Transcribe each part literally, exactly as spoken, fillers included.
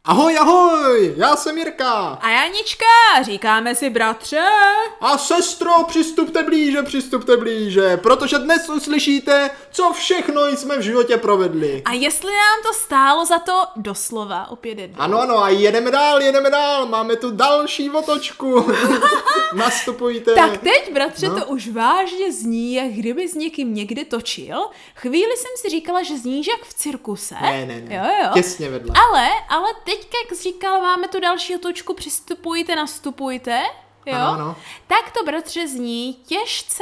Ahoj, ahoj, já jsem Jirka. A Janička, říkáme si bratře. A sestro, přistupte blíže, přistupte blíže, protože dnes uslyšíte, co všechno jsme v životě provedli. A jestli nám to stálo za to doslova, opět jednou. Ano, ano, a jedeme dál, jedeme dál, máme tu další otočku. Nastupujte. Tak teď, bratře, no. To už vážně zní, jak kdyby s někým někde točil. Chvíli jsem si říkala, že zníš jak v cirkuse. Ne, ne, ne, jo, jo. těsně vedle. Ale, ale teďka, jak jsi říkal, máme tu další otočku, přistupujte, nastupujte. Jo? Ano, ano. Tak to, bratře, zní těžce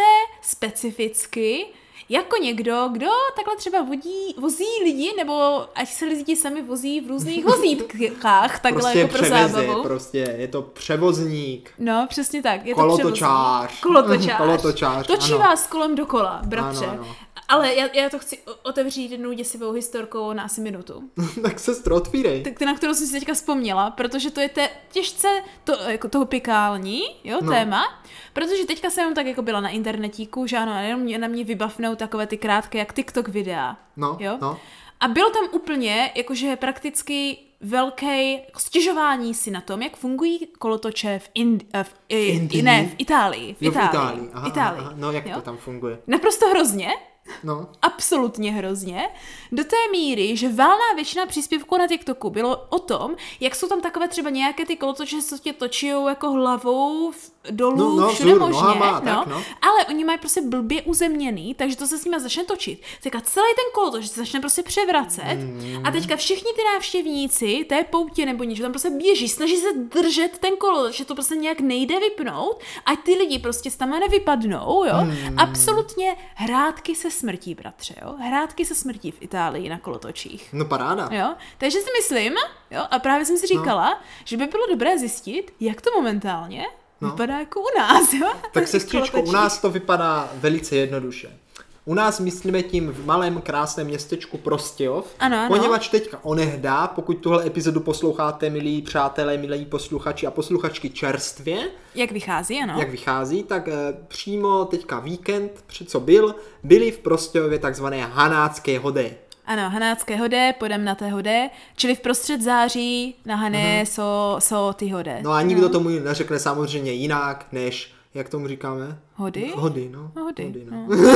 specificky, jako někdo, kdo takhle třeba vodí, vozí lidi, nebo ať se lidi sami vozí v různých vozítkách, takhle prostě jako pro převeze, zábavu. Prostě je to převozník. No, přesně tak. Je Kolotočář. To Kolotočář. Kolotočář, Točí ano. vás kolem dokola, bratře. Ano, ano. Ale já, já to chci otevřít jednou děsivou historkou na asi minutu. Tak sestro, otvírej. Tak na kterou jsem si teďka vzpomněla, protože to je te, těžce to, jako toho pikální, jo, No. téma, protože teďka jsem tak jako byla na internetíku, že ano, a jenom mě, na mě vybavnou takové ty krátké jak TikTok videa, No, jo. no. A bylo tam úplně, jakože prakticky velké jako stěžování si na tom, jak fungují kolotoče v, Indi- v, i, Indii? ne, v Itálii. V Jo, v Itálii. Itálii. Aha, Itálii. aha, no jak jo? to tam funguje? Naprosto hrozně. No. Absolutně hrozně. Do té míry, že valná většina příspěvků na TikToku bylo o tom, jak jsou tam takové třeba nějaké ty kolotoče, co tě točí jako hlavou v- dolů, No, no, všude vzhůru, možně. nohama, no. tak, no. Ale oni mají prostě blbě uzemněný, takže to se s nimi začne točit. Teďka celý ten kolotoč se začne prostě převracet Mm. a teďka všichni ty návštěvníci té poutě nebo něco tam prostě běží, snaží se držet ten kolotoč, že to prostě nějak nejde vypnout, ať ty lidi prostě tam nevypadnou, jo. Mm. Absolutně hrátky se smrtí, bratře, jo. Hrátky se smrtí v Itálii na kolotočích. No paráda. Jo, takže si myslím, jo, a právě jsem si říkala, no. že by bylo dobré zjistit, jak to momentálně No. vypadá jako u nás, jo. Tak v sestřičko, u kolotočích. nás to vypadá velice jednoduše. U nás myslíme tím v malém krásném městečku Prostějov, Ano, ano. poněvadž teďka onehdá, pokud tuhle epizodu posloucháte, milí přátelé, milí posluchači a posluchačky čerstvě, Jak vychází, ano. jak vychází, tak e, přímo teďka víkend, před co byl, byli v Prostějově takzvané Hanácké hody. Ano, Hanácké hode, podem na té hode, čili v prostřed září na Hané mm. jsou, jsou ty hode. No a nikdo tomu neřekne samozřejmě jinak, než, jak tomu říkáme? Hody? Hody, no. Hody, Hody, no. no.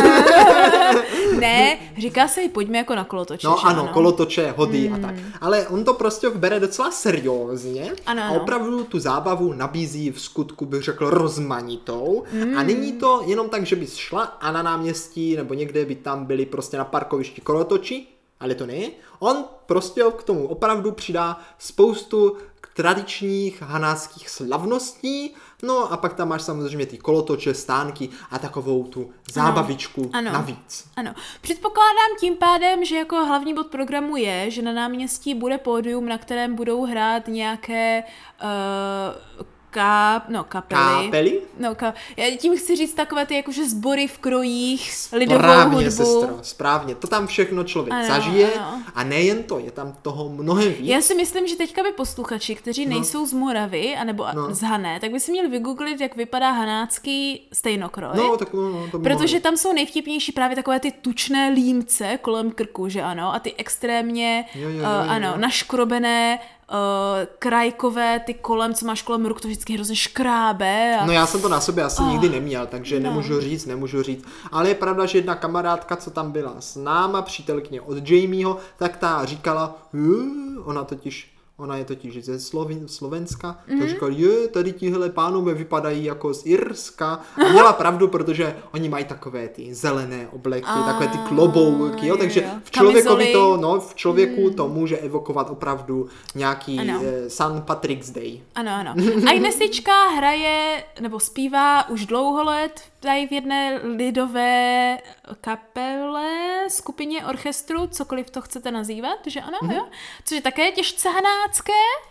Ne, říká se jí pojďme jako na kolotoče. No že ano, kolotoče, hody mm. a tak. Ale on to prostě bere docela seriózně Ano, a ano. opravdu tu zábavu nabízí v skutku, bych řekl, rozmanitou. Mm. A není to jenom tak, že bys šla a na náměstí nebo někde by tam byli prostě na parkovišti kolotoči, ale to ne. On prostě k tomu opravdu přidá spoustu tradičních hanáckých slavností, no a pak tam máš samozřejmě ty kolotoče, stánky a takovou tu zábavičku Ano. navíc. Ano. Předpokládám tím pádem, že jako hlavní bod programu je, že na náměstí bude pódium, na kterém budou hrát nějaké uh, káp, no kapely. Kápely? No, ka- já tím chci říct takové ty jakože sbory v krojích, lidovou Správně, hudbu. sestro, správně. To tam všechno člověk Ano, zažije ano. a nejen to, je tam toho mnohem víc. Já si myslím, že teďka by posluchači, kteří No. nejsou z Moravy, anebo No. z Hané, tak by si měli vygooglit, jak vypadá hanácký stejnokroj. No, tak no, no, to by Protože mohlo. tam jsou nejvtipnější právě takové ty tučné límce kolem krku, že ano, a ty extrémně, Jo, jo, jo, uh, jo, ano, jo. naškrobené, uh, krajkové, ty kolem, co máš kolem ruk, to vždycky hrozně škrábe. A... No já jsem to na sobě asi Oh. nikdy neměl, takže No. nemůžu říct, nemůžu říct. Ale je pravda, že jedna kamarádka, co tam byla s náma, přítelkyně od Jamieho, tak ta říkala, "Jú", ona totiž Ona je totiž ze Sloven- Slovenska, mm-hmm. tak říkala, je, tady tihle pánové vypadají jako z Irska. A měla pravdu, protože oni mají takové ty zelené obleky, A, takové ty klobouky, jo, jo, takže jo. v člověkovi Kamizoly. to, no, v člověku mm. to může evokovat opravdu nějaký Ano. eh, Saint Patrick's Day. Ano, ano. A Inesička hraje, nebo zpívá už dlouho let tady v jedné lidové kapele, skupině, orchestru, cokoliv to chcete nazývat, že ano, mm-hmm. jo? Což je také těžce hanácké,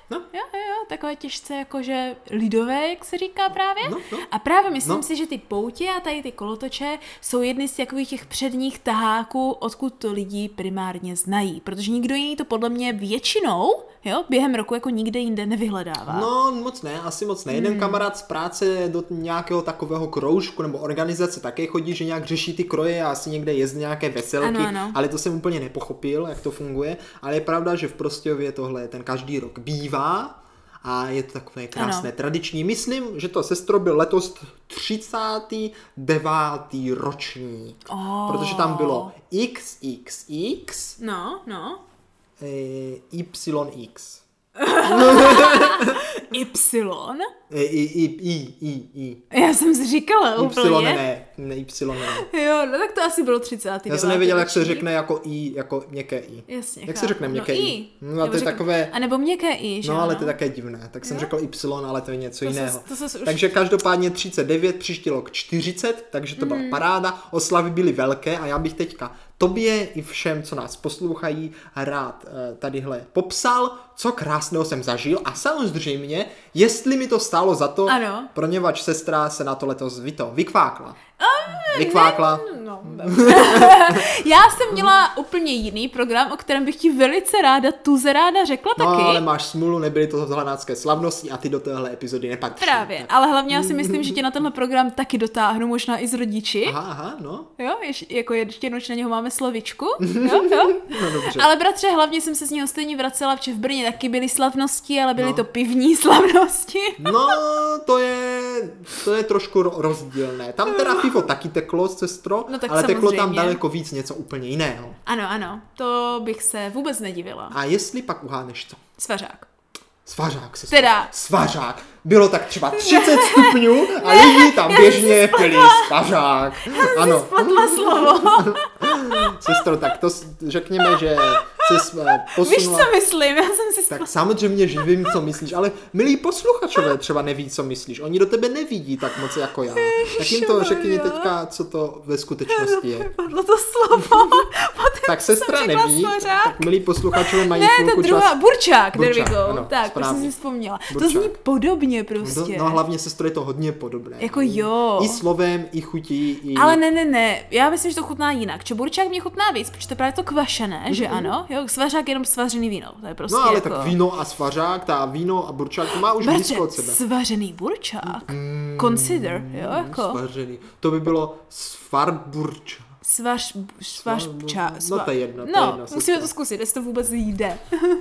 No. Jo, jo, jo, takové těžce jakože lidové, jak se říká právě. No, no. A právě myslím No. si, že ty poutě a tady ty kolotoče jsou jedny z takových těch předních taháků, odkud to lidi primárně znají. Protože nikdo jiný to podle mě většinou, jo, během roku jako nikde jinde nevyhledává. No, moc ne, asi moc ne. Jeden kamarád z práce do nějakého takového kroužku nebo organizace také chodí, že nějak řeší ty kroje a asi někde jezdí nějaké veselky, Ano, ano. ale to jsem úplně nepochopil, jak to funguje. Ale je pravda, že v Prostějově tohle ten každý rok bývá a je to takové krásné, Ano. tradiční. Myslím, že to, sestro, byl letos třicátý devátý ročník, Oh. protože tam bylo iks iks iks, No, no. eh, yx. Y? I, i, i, i, i. Já jsem si říkala Y úplně. ne, ne, Y ne. Jo, no tak to asi bylo třicátý Já jsem nevěděl, jak se ročník. řekne jako I, jako měkké I. Jasně, Jak se chápu. řekne měkké no, I? I. No a Nebo to je řekl- takové... A nebo měkké I, že No, ale ano? to je také divné. Tak jsem Jo? řekl Y, ale to je něco To se- jiného. to se už- Takže každopádně třicet devět, příští rok čtyřicet, takže to byla Mhm. paráda. Oslavy byly velké a já bych teďka tobě i všem, co nás poslouchají, rád eh, tadyhle popsal, co krásného jsem zažil a samozřejmě, jestli mi to stálo za to, Ano. poněvadž sestra se na to letos vyto, vykvákla. Vykvákla. No, já jsem měla úplně jiný program, o kterém bych ti velice ráda, tuze ráda řekla No, taky. ale máš smůlu, nebyly to hladácké slavnosti a ty do téhle epizody nepatří. Právě, ale hlavně já si myslím, že tě na tenhle program taky dotáhnu, možná i s rodiči. Aha, aha, no. Jo, ješ, jako ještě noč na něho máme slovičku. Jo, jo. No dobře. Ale bratře, hlavně jsem se z něho stejně vracela, protože v Brně taky byly slavnosti, ale byly No. to pivní slavnosti. No, to je, to je trošku ro- rozdílné. Tam teda pivo taky teklo, sestro, No tak ale teklo tam samozřejmě. daleko víc něco úplně jiného. Ano, ano, to bych se vůbec nedivila. A jestli pak uháneš co? Svařák. Svařák, sestro. Teda. Svařák. Bylo tak třeba třicet stupňů a lidi tam běžně pili svařák. Ano. Spletla slovo. Sestro, tak to s- řekněme, že se posunula. Víš, co myslím? Já jsem si Tak samozřejmě, že vím, co myslíš, ale milí posluchačové třeba neví, co myslíš. Oni do tebe nevidí tak moc jako já. Tak jim to řekni teďka, co to ve skutečnosti je. Padlo to slovo. Poté Tak sestra jsem řekla neví, svařák. tak milí posluchačové mají Ne, chvilku ta druhá, čas. burčák, there we Burčák, go. ano, tak, to správně. jsem si vzpomněla. To Burčák. zní podobně No, prostě. no a hlavně, sestro, je to hodně podobné. Jako jo. I slovem, i chutí, i... Ale ne, ne, ne, já myslím, že to chutná jinak. Če burčák mě chutná víc, protože to je právě to kvašené, že ano? Jo, svařák je jenom svařený víno, to je prostě No ale jako... tak víno a svařák, ta víno a burčák to má už Bratře, blízko od sebe. svařený burčák? Consider, jo, jako... Svařený. To by bylo svarburčák. Svař, svařča, No to je jedno, to je No, jedno, musíme sestro. to zkusit, jestli to vůbec jde.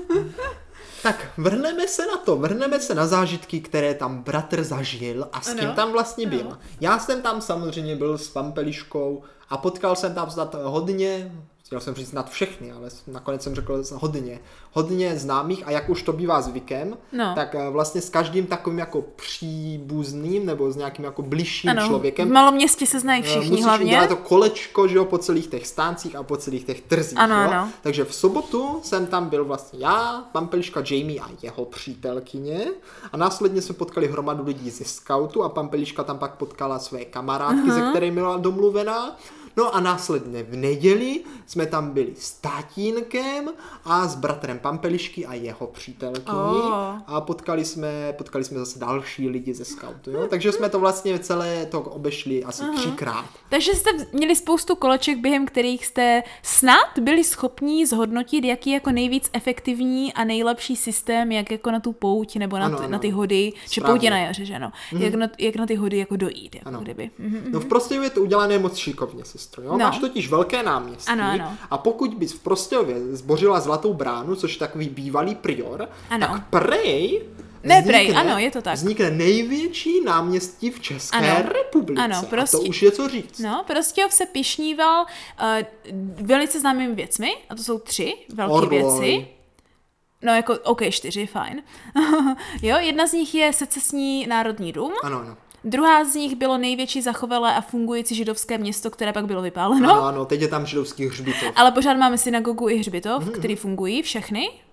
Tak vrhneme se na to, vrhneme se na zážitky, které tam bratr zažil a s Ano. kým tam vlastně byl. Ano. Já jsem tam samozřejmě byl s Pampeliškou a potkal jsem tam snad hodně, chtěl jsem říct snad všechny, ale nakonec jsem řekl hodně, hodně známých a jak už to bývá zvykem, No. tak eh, vlastně s každým takovým jako příbuzným nebo s nějakým jako bližším Ano, člověkem v malom městě se znají Eh, všichni musíš hlavně. udělat to kolečko, že jo, po celých těch stáncích a po celých těch trzích, Ano, jo? ano. Takže v sobotu jsem tam byl vlastně já, Pampeliška, Jamie a jeho přítelkyně a následně jsme potkali hromadu lidí ze skautu a Pampeliška tam pak potkala své kamarádky, ze kterými byla domluvená. No a následně v neděli jsme tam byli s tatínkem a s bratrem Pampelišky a jeho přítelkyní Oh. a potkali jsme, potkali jsme zase další lidi ze skautu, jo? Takže jsme to vlastně celé to obešli asi třikrát. Takže jste měli spoustu koleček, během kterých jste snad byli schopni zhodnotit, jaký je jako nejvíc efektivní a nejlepší systém, jak jako na tu pouť nebo na, Ano, t- ano. na ty hody, či Správně. pouť je na jaře, že ano, jak, na, jak na ty hody jako dojít, jako Ano. kdyby. Mhm. No v Prostějově je to udělané moc šikovně, sestro. Jo? No. Máš totiž velké náměstí Ano, ano. a pokud bys v Prostějově zbořila Zlatou bránu, což je takový bývalý prior, Ano. tak prej Ne, prej, ano, je to tak. Vznikne největší náměstí v České Ano. republice. Ano, A to prostě- už je co říct. No, Prostějov se pišníval uh, velice známými věcmi, a to jsou tři velké Orloj. věci. No jako, OK, čtyři, fajn. Jo, jedna z nich je secesní národní dům. Ano, ano. Druhá z nich bylo největší zachovalé a fungující židovské město, které pak bylo vypáleno. Ano, ano, teď je tam židovský hřbitov. Ale pořád máme synagogu i hřbitov, mm-hmm. který fungují všechny.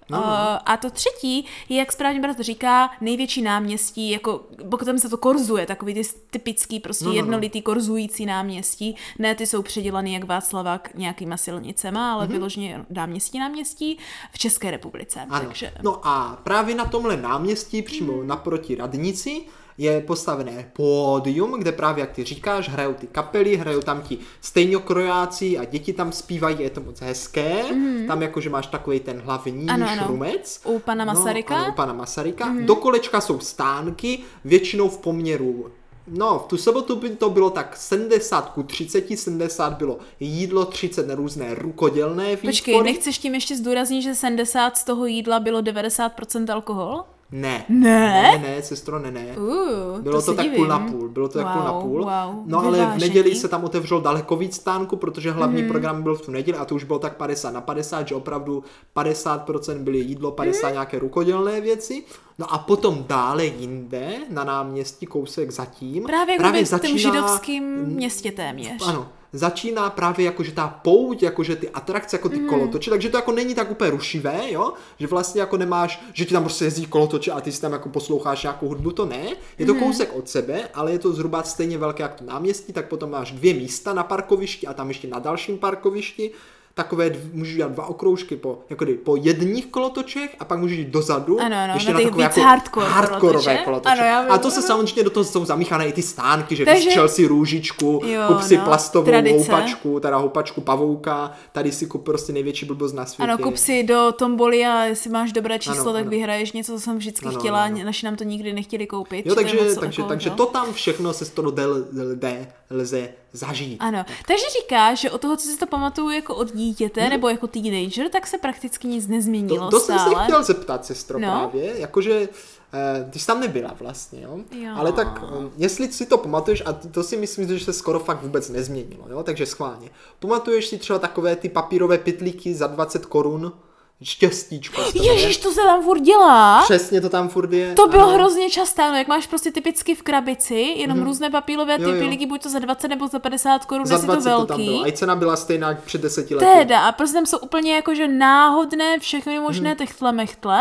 No, no. Uh, a to třetí je, jak správně brat říká, největší náměstí, jako, pokud tam se to korzuje, takový ty typický, prostě no, no, jednolitý korzující náměstí. Ne, ty jsou předělaný jak Václavák nějakýma silnicema, ale mm-hmm. vyloženě náměstí náměstí v České republice. Ano. Takže... No a právě na tomhle náměstí, přímo mm. naproti radnici, je postavené pódium, kde právě, jak ty říkáš, hrajou ty kapely, hrajou tam ti stejnokrojáci a děti tam zpívají, je to moc hezké. Mm. Tam jakože máš takový ten hlavní ano, šrumec. U pana Masaryka. No, ano, u pana Masaryka. Mm. Do kolečka jsou stánky, většinou v poměru. No, v tu sobotu by to bylo tak sedmdesát ku třiceti, sedmdesát bylo jídlo, třicet různé rukodělné výtvory. Počkej, nechceš tím ještě zdůraznit, že sedmdesát z toho jídla bylo devadesát procent alkohol? Ne. Ne? Ne, ne, sestro, ne, ne. Uh, bylo to, to tak divím. půl na půl. Bylo to wow, tak půl na půl. Wow. No ale v neděli se tam otevřel daleko víc stánku, protože hlavní mm. program byl v tu neděli a to už bylo tak padesát na padesát, že opravdu padesát procent byly jídlo, padesát procent mm. nějaké rukodělné věci. No a potom dále jinde, na náměstí, kousek zatím. Právě, právě v tom židovském městě téměř. Ano. Začíná právě jakože ta pouť, jakože ty atrakce, jako ty mm. kolotoče, takže to jako není tak úplně rušivé, jo, že vlastně jako nemáš, že ti tam prostě jezdí kolotoče a ty si tam jako posloucháš nějakou hudbu, to ne, je to mm. kousek od sebe, ale je to zhruba stejně velké jak to náměstí, tak potom máš dvě místa na parkovišti a tam ještě na dalším parkovišti, takové, dv, můžeš dělat dva okroužky po, jako kdy, po jedních kolotočech a pak můžeš jít dozadu, ano, ano, ještě na na takové jako hardcore hardkorové kolotoče. Ano, a to se samozřejmě do toho jsou zamíchané i ty stánky, že Takže... vystřel si růžičku, jo, kup si no, plastovou tradice. houpačku, teda houpačku pavouka, tady si kup prostě největší blbost na světě. Ano, kup si do tomboli a jestli máš dobré číslo, ano, tak ano. vyhraješ něco, co jsem vždycky ano, chtěla, ano. naši nám to nikdy nechtěli koupit. Jo, takže, to takže, jako, takže no. to tam všechno se z toho lze, lze zažít. Ano, takže říkáš, že od toho, co si to pamatuju jako od dítěte, hmm. nebo jako teenager, tak se prakticky nic nezměnilo. To, to stále. jsem se chtěl zeptat, sestro, no? právě, jakože eh, ty jsi tam nebyla vlastně, jo? jo. Ale tak, um, jestli si to pamatuješ, a to si myslím, že se skoro fakt vůbec nezměnilo, jo? Takže schválně. Pamatuješ si třeba takové ty papírové pytlíky za dvacet korun? Štěstíčko. Ježiš, to se tam furt dělá. Přesně to tam furt je. To bylo ano. hrozně časté, no jak máš prostě typicky v krabici, jenom mm-hmm. různé papírové ty pilíky, buď to za dvacet nebo za padesát korun, za dvacet to velký. To tam bylo. A i cena byla stejná jak před deseti lety. Teda, a prostě tam jsou úplně jakože náhodné všechny možné mm. techtle mechtle.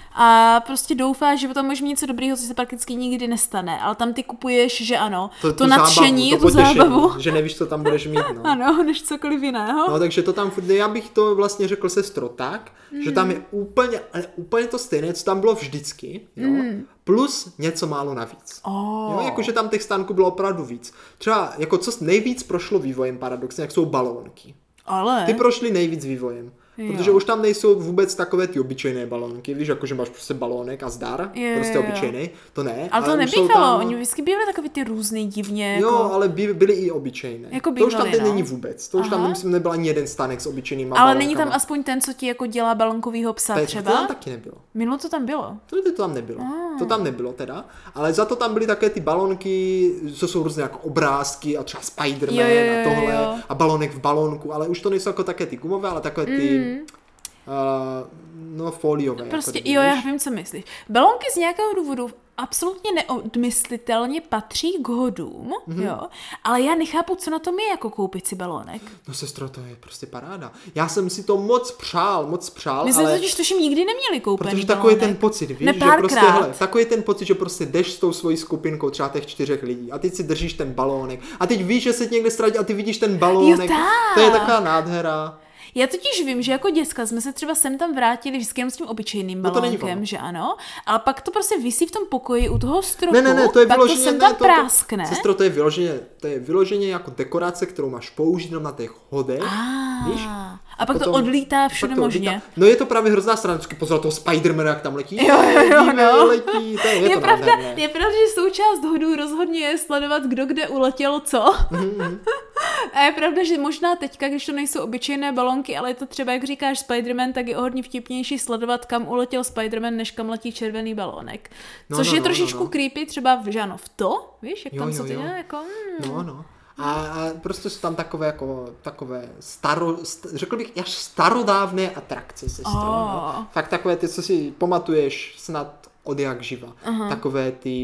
A prostě doufáš, že potom můžeš mít něco dobrýho, co se prakticky nikdy nestane. Ale tam ty kupuješ, že ano, to, to nadšení, zábavu, to tu zábavu. Že nevíš, co tam budeš mít. No. Ano, než cokoliv jiného. No, takže to tam, já bych to vlastně řekl, sestro, tak, mm. že tam je úplně, ale úplně to stejné, co tam bylo vždycky, jo, mm. plus něco málo navíc. Oh. Jo, jakože tam těch stánků bylo opravdu víc. Třeba, jako co nejvíc prošlo vývojem paradoxně, jak jsou balónky. Ale... Ty prošly nejvíc vývojem. Jo. Protože už tam nejsou vůbec takové ty obyčejné balónky, víš, jakože máš prostě balónek a zdar, jo, prostě jo. obyčejný, to ne. Ale to nebývalo, tam... oni vždycky bývaly takový ty různý divně. Jako... Jo, ale by, byly i obyčejné. Jako bývaly, to už tam no. není vůbec, to už Aha. tam myslím nebyl ani jeden stánek s obyčejnýma ale balónkama. není tam aspoň ten, co ti jako dělá balonkovýho psa Pe- třeba? To tam taky nebylo. Minulo to tam bylo. To, to tam nebylo, ah. to tam nebylo teda, ale za to tam byly také ty balónky, co jsou různé jako obrázky a třeba Spider-Man jo, jo, jo, a tohle jo. a balónek v balónku, ale už to nejsou jako také ty gumové, ale takové ty... Mm. Uh, no foliové. Prostě jako jo, já vím, co myslíš. Balónky z nějakého důvodu absolutně neodmyslitelně patří k hodům, mm-hmm. jo, ale já nechápu, co na tom je, jako koupit si balónek. No sestro, to je prostě paráda. Já jsem si to moc přál, moc přál, My jsme ale... totiž tuším nikdy neměli koupený Protože takový balónek. ten pocit, víš, ne, že prostě, hele, takový ten pocit, že prostě jdeš s tou svojí skupinkou třeba těch čtyřech lidí a teď si držíš ten balónek a teď víš, že se ti někde ztratí a ty vidíš ten balónek. Jo, tak. To je taková nádhera. Já totiž vím, že jako děcka jsme se třeba sem tam vrátili vždycky jenom s tím obyčejným balónkem, no že ano, ale pak to prostě visí v tom pokoji u toho stropu, ne, ne, ne, to je pak vyloženě, to sem ne, tam to, práskne. To, sestro, to je vyloženě, to je vyloženě jako dekorace, kterou máš použít jenom na těch hodech, ah, víš? A pak potom, to odlítá všude to možně. Odlítá. No je to právě hrozná strana, pozor toho Spider-Mana, jak tam letí. Jo, jo, jo, no. letí, to je, je, je, to pravda, nádherné. je pravda, že součást hodů rozhodně je sledovat, kdo kde uletěl co. Mm-hmm. A je pravda, že možná teďka, když to nejsou obyčejné balonky, ale je to třeba, jak říkáš, Spider-Man, tak je o hodně vtipnější sledovat, kam uletěl Spider-Man, než kam letí červený balónek. No, Což no, je no, trošičku no, no. creepy, třeba v Žano v to, víš, jak jo, tam jo, co ty jo. je, jako... Hmm. No, no. A, a prostě jsou tam takové jako takové staro, st, řekl bych až starodávné atrakce, sestro. Oh. No. Fakt takové ty, co si pamatuješ snad od jak živa. Uh-huh. Takové ty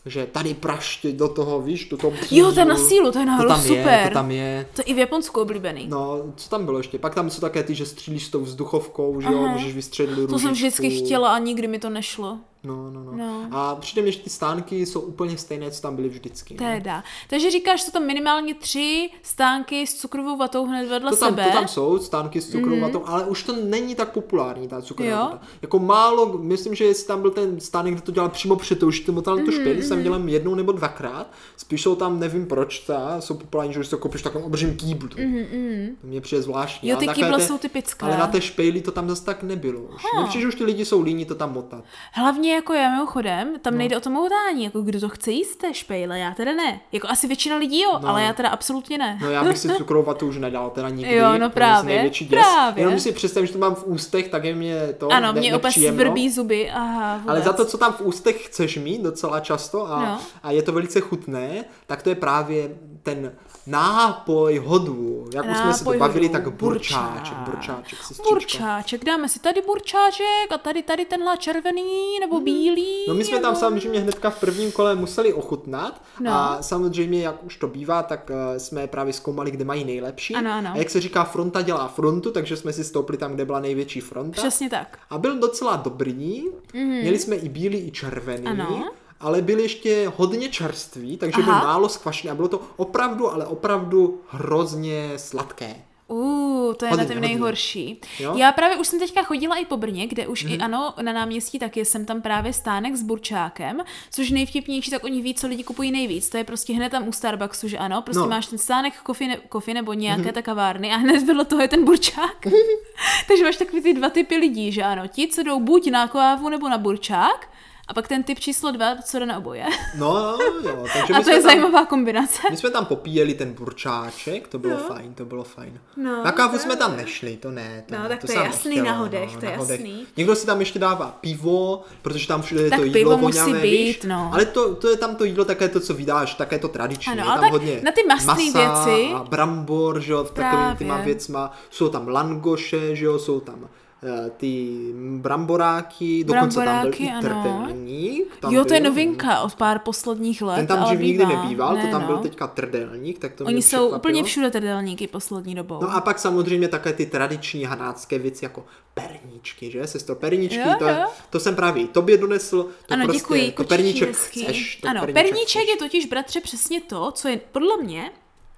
že tady prašti do toho, víš, do toho přízu. Jo, to na sílu, to je náhodou to super. Je, to tam je. To i v Japonsku oblíbený. No, co tam bylo ještě? Pak tam jsou také ty, že střílíš s tou vzduchovkou, že jo, můžeš vystřelit ružičku. To jsem vždycky chtěla a nikdy mi to nešlo. No, no, no, no. A přijde mi, že ty stánky jsou úplně stejné, co tam byly vždycky. Teda. Takže říkáš, že jsou tam minimálně tři stánky s cukrovou vatou hned vedle to tam, sebe. To tam jsou stánky s cukrovou mm. vatou, ale už to není tak populární, ta cukrová vata. Jo? Jako málo, myslím, že jestli tam byl ten stánek, kde to dělal přímo před tou, že ty motali to špěli, jsem dělal jednou nebo dvakrát. Spíš jsou tam, nevím proč, ta, jsou populární, že si to koupíš v takovém obřím kýblu. Mm-hmm. To mě přijde zvláštní. Jo, ty kýble jsou typické. Ale na té špejli to tam zase tak nebylo. Už. Mně přijde, že už ty lidi jsou líní to tam motat. Hlavně jako já mimochodem, tam no. nejde o to moutání, jako kdo to chce jíst té špejle, já teda ne. Jako asi většina lidí jo, no. ale já teda absolutně ne. No já bych si cukrovou vatu už nedal, teda nikdy. Jo, no právě, největší děs. právě. Jenom si představím, že to mám v ústech, tak je mě to ano, ne- mě opět svrbí zuby. Aha, vůbec. Ale za to, co tam v ústech chceš mít docela často a, no. a je to velice chutné, tak to je právě ten nápoj hodu. Jak nápoj už jsme se to bavili, hodu. tak burčáček. Burčáček, burčáček, dáme si tady burčáček a tady tady tenhle červený nebo bílý. No my jsme nebo... tam samozřejmě hnedka v prvním kole museli ochutnat no. a samozřejmě, jak už to bývá, tak uh, jsme právě zkoumali, kde mají nejlepší. Ano, ano. A jak se říká, fronta dělá frontu, takže jsme si stoupli tam, kde byla největší fronta. Přesně tak. A byl docela dobrý. Mm-hmm. Měli jsme i bílý, i červený. Ano. Ale byl ještě hodně čerstvý, takže Aha. byl málo skvašený a bylo to opravdu, ale opravdu hrozně sladké. Uh, to je hodně, na tím nejhorší. Jo? Já právě už jsem teďka chodila i po Brně, kde už mm. i ano, na náměstí taky jsem tam právě stánek s burčákem, což nejvtipnější, tak oni ví, co lidi kupují nejvíc. To je prostě hned tam u Starbucksu, že ano, prostě no. máš ten stánek kofi, ne, kofi nebo nějaké mm. ta kavárny a hned vedle toho je ten burčák. Takže máš takový ty dva typy lidí, že ano, ti, co jdou buď na kávu nebo na burčák, a pak ten typ číslo dva, co jde na oboje. No, jo. Takže a to je tam, zajímavá kombinace. My jsme tam popíjeli ten burčáček, to bylo no. fajn, to bylo fajn. No, na kávu jsme tam nešli, to ne. To no, ne, tak to, to je jasný nechtělo, na hodech, no, to je na hodech. jasný. Někdo si tam ještě dává pivo, protože tam všude je tak to jídlo voňavé, musí být, víš? No. Ale to, to je tam to jídlo také to, co vydáš, také to tradiční. Ano, je tam tak hodně na ty mastný masa věci. a brambor, že jo, takovými těma věcma. Jsou tam langoše, že jo, jsou tam ty bramboráky, dokonce bramboráky, tam byl i trdelník. Tam jo, to byl, je novinka od pár posledních let. Ten tam dřív nikdy nebýval, ne, to tam no. byl teďka trdelník, tak to Oni jsou úplně všude trdelníky poslední dobou. No a pak samozřejmě také ty tradiční hanácké věci jako perníčky, že? Sestro, perníčky, jo, to, jo. to jsem právě tobě donesl, to ano, prostě, děkuji, to perníček chceš. To ano, perníček, perníček je totiž, bratře, přesně to, co je podle mě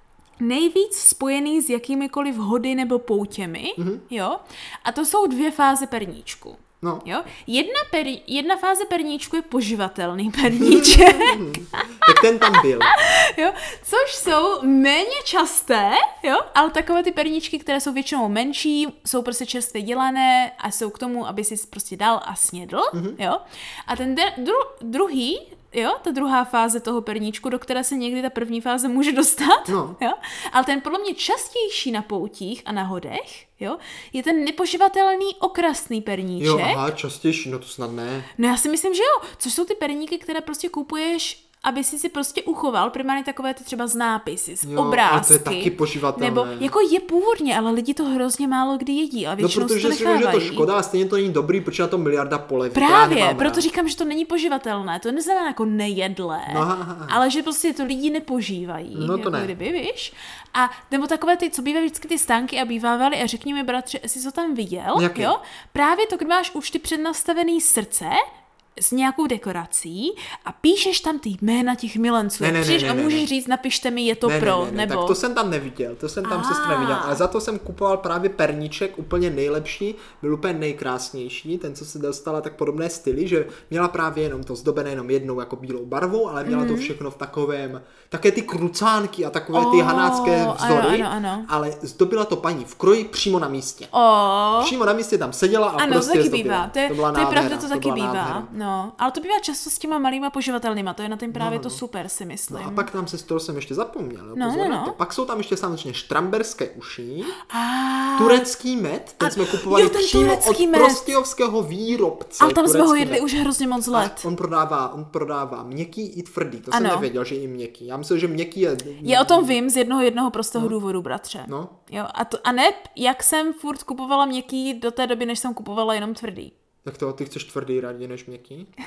nejvíc spojený s jakýmikoliv hody nebo poutěmi, mm-hmm. jo? A to jsou dvě fáze perníčku. No. Jo? Jedna, per, jedna fáze perníčku je poživatelný perníček. Tak ten tam byl. Jo? Což jsou méně časté, jo? Ale takové ty perníčky, které jsou většinou menší, jsou prostě čerstvě dělané a jsou k tomu, aby si prostě dal a snědl. Mm-hmm. Jo? A ten de- dru- druhý, jo, ta druhá fáze toho perníčku, do které se někdy ta první fáze může dostat, no. jo, ale ten podle mě častější na poutích a na hodech, jo, je ten nepoživatelný okrasný perníček. Jo, aha, častější, no to snad ne. No já si myslím, že jo, což jsou ty perníky, které prostě kupuješ, aby si si prostě uchoval, primárně takové ty třeba z nápisy, z jo, obrázky. Ale to je taky poživatelné. Nebo jako je původně, ale lidi to hrozně málo kdy jedí a většinou no, protože to nechávají. si že to škoda a stejně to není dobrý, protože na to miliarda poleví. Právě, proto říkám, že to není poživatelné. To neznamená jako nejedlé, no, aha, aha. ale že prostě to lidi nepožívají. No to jako ne. Kdyby, víš? A nebo takové ty, co bývají vždycky ty stánky a bývávaly a řekni mi, bratře, jestli jsi to tam viděl, jaký? Jo? Právě to, když máš už ty přednastavený srdce, s nějakou dekorací a píšeš tam ty jména těch milenců. Ne, ne, Přijdeš ne, a ne, můžeš ne. říct, napište mi, je to ne, pro, ne, ne, nebo... Tak to jsem tam neviděl, to jsem tam ah. sestra neviděl, ale za to jsem kupoval právě perníček, úplně nejlepší, byl úplně nejkrásnější, ten, co se dostala tak podobné styly, že měla právě jenom to zdobené jenom jednou jako bílou barvou, ale měla mm. to všechno v takovém, také ty krucánky a takové oh, ty hanácké vzory, ano, ano, ano. ale zdobila to paní v kroji přímo na místě. Oh. Přímo na místě tam seděla a ano, prostě to taky zdobila. bývá. To je, to, byla to je nádhera, pravda, to, to taky bývá. Nádhera. No, ale to bývá často s těma malýma poživatelnýma, to je na tím právě no, no. to super, si myslím. No a pak tam se z toho jsem ještě zapomněl, jo, no, pozor no, na no. to. Pak jsou tam ještě samozřejmě štramberské uši, a... turecký med, ten a... jsme kupovali jo, ten přímo od med. prostějovského výrobce. Ale tam jsme ho jedli med. už hrozně moc let. A on prodává, on prodává měkký i tvrdý, to ano. jsem nevěděl, že i měkký. Já myslím, že měkký je... Já o tom vím z jednoho jednoho prostého no. důvodu, bratře. No. Jo, a, to, a ne, jak jsem furt kupovala měkký do té doby, než jsem kupovala jenom tvrdý. Jak to, ty chceš tvrdý raději než měkký?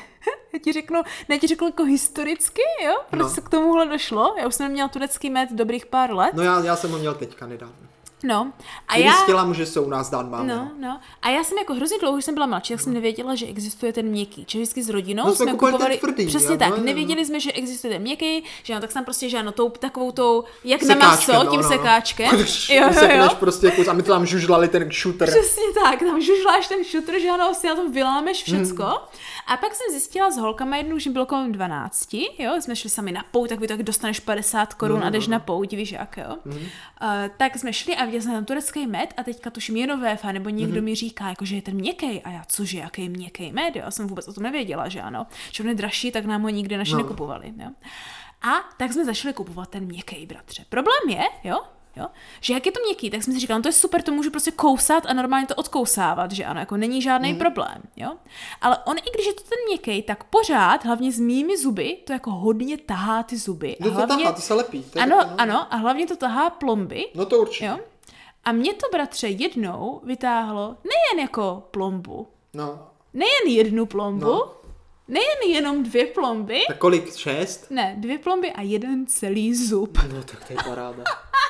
Já ti řeknu, ne ti řeknu jako historicky, jo? Proč No. se k tomuhle došlo? Já už jsem neměla turecký med dobrých pár let. No já, já jsem ho měl teďka nedávno. No. A Kdyby já... chtěla, může se u nás dát máme. No, no. A já jsem jako hrozně dlouho, když jsem byla mladší, tak jsem nevěděla, že existuje ten měkký. Čiže vždycky s rodinou No, jsme jsme kupovali kupovali, ten tvrdý, přesně jo, tak, no, no. nevěděli jsme, že existuje ten měkký, že no, tak jsem prostě, že ano, tou, takovou tou, jak na Sekáčkem, maso, no, tím no, no. sekáčkem. Když Jo, jo, sekneš jo. prostě kus a my to tam žužlali ten šuter. Přesně tak, tam žužláš ten šutr, že ano, si na tom vylámeš všecko. Hmm. A pak jsem zjistila s holkama jednou, že bylo kolem dvanácti, jo, jsme šli sami na pouť, tak vy tak dostaneš padesát korun No, a jdeš no. na pouť, víš jak, jo. Uh, tak jsme šli a viděli jsme tam turecký med a teďka tuším je nové fa, nebo někdo mi říká, jako, že je ten měkkej a já, cože, jaký měkkej med, jo, já jsem vůbec o tom nevěděla, že ano. Že on je dražší, tak nám ho nikdy naši No. nekupovali, jo. A tak jsme začali kupovat ten měkkej, bratře. Problém je, jo, Jo? Že jak je to měkký, tak jsem si říkala, no to je super, to můžu prostě kousat a normálně to odkousávat, že ano, jako není žádný mm. problém, jo. Ale on, i když je to ten měkký, tak pořád, hlavně s mými zuby, to jako hodně tahá ty zuby. No a hlavně, to tahá, to se lepí. To je ano, taky, no. ano, a hlavně to tahá plomby, No to určitě. jo. A mě to, bratře, jednou vytáhlo nejen jako plombu, No, nejen jednu plombu, No. nejen jenom dvě plomby, tak kolik? Šest? ne, dvě plomby a jeden celý zub. No tak to je paráda.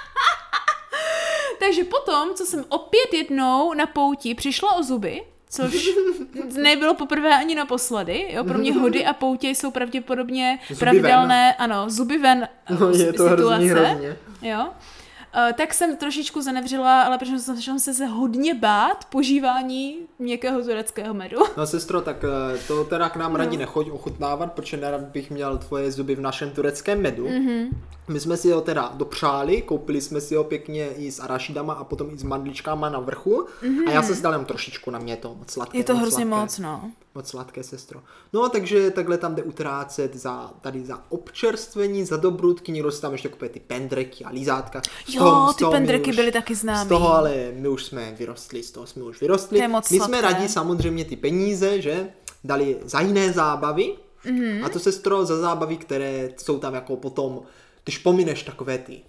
Takže potom, co jsem opět jednou na pouti přišla o zuby, což nebylo poprvé ani naposledy, jo, pro mě hody a poutě jsou pravděpodobně Zuby pravidelné, ano, zuby ven No je to situace, hrozně, hrozně. jo. Uh, tak jsem trošičku zanevřela, ale protože jsem začala se, se hodně bát požívání měkkého tureckého medu. No sestro, tak eh, to teda k nám no. raději nechoď ochutnávat, protože nerad bych měl tvoje zuby v našem tureckém medu. Mm-hmm. My jsme si ho teda dopřáli, koupili jsme si ho pěkně i s arašidama a potom i s mandličkama na vrchu. Mm-hmm. A já jsem si dal jenom trošičku, na mě je to moc sladké. Je to moc hrozně sladké. moc, no. Moc sladké, sestro. No takže takhle tam jde utrácet za, tady za občerstvení, za dobrutky, někdo si tam ještě kupuje ty pendreky a lízátka. Z Jo, toho- z ty toho my pendreky už- byly taky známý. Z toho ale my už jsme vyrostli, z toho jsme už vyrostli. To je moc my sladké. jsme rádi samozřejmě ty peníze, že dali za jiné zábavy. Mm-hmm. A to, sestro, za zábavy, které jsou tam jako potom, když pomineš takové ty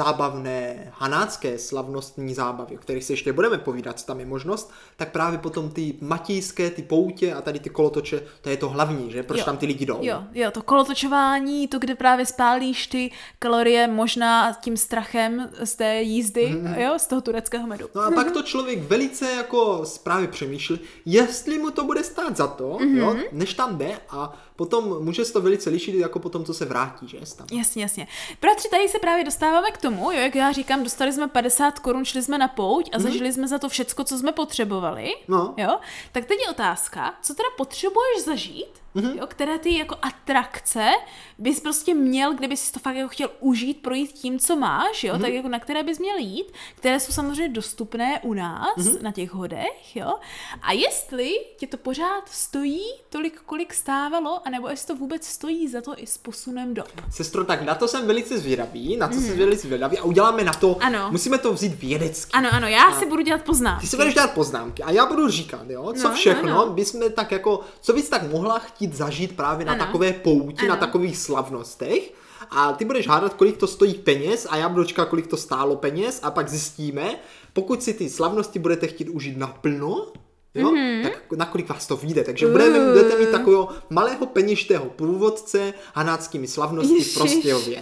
zábavné hanácké slavnostní zábavy, o kterých si ještě budeme povídat, co tam je možnost, tak právě potom ty matějské, ty poutě a tady ty kolotoče, to je to hlavní, že? Proč Jo. tam ty lidi jdou. Jo, jo, to kolotočování, to, kde právě spálíš ty kalorie možná tím strachem z té jízdy, mm. jo, z toho tureckého medu. No a pak to člověk velice jako právě přemýšlí, jestli mu to bude stát za to, mm-hmm. jo, než tam jde a potom může se to velice lišit jako potom, co se vrátí, že? Tam. Jasně, jasně. Bratři, tady se právě dostáváme k tomu, jo, jak já říkám, dostali jsme padesát korun, šli jsme na pouť a mm-hmm. zažili jsme za to všecko, co jsme potřebovali, No. jo, tak teď je otázka, co teda potřebuješ zažít, mm-hmm. jo, které ty jako atrakce bys prostě měl, kdyby si to fakt jako chtěl užít, projít tím, co máš, jo, mm-hmm. tak jako na které bys měl jít, které jsou samozřejmě dostupné u nás, mm-hmm. na těch hodech, jo, a jestli tě to pořád stojí tolik, kolik stávalo, anebo jestli to vůbec stojí za to i s posunem dob. Sestro, tak na to jsem velice zvědavý, na to mm. jsem velice zvědavý a uděláme na to, Ano. musíme to vzít vědecky. Ano, ano, já A si budu dělat poznámky. Ty si budeš dělat poznámky a já budu říkat, jo, co No, všechno no, no. bychom tak jako, co bys tak mohla chtít zažít právě na Ano. takové pouti, Ano. na takových slavnostech a ty budeš hádat, kolik to stojí peněz a já budu čekat, kolik to stálo peněz a pak zjistíme, pokud si ty slavnosti budete chtít užít naplno, jo, mm-hmm. tak nakolik vás to vyjde. Takže budeme, Uh. budete mít takového malého peněžitého průvodce hanáckými slavnostmi v Prostějově.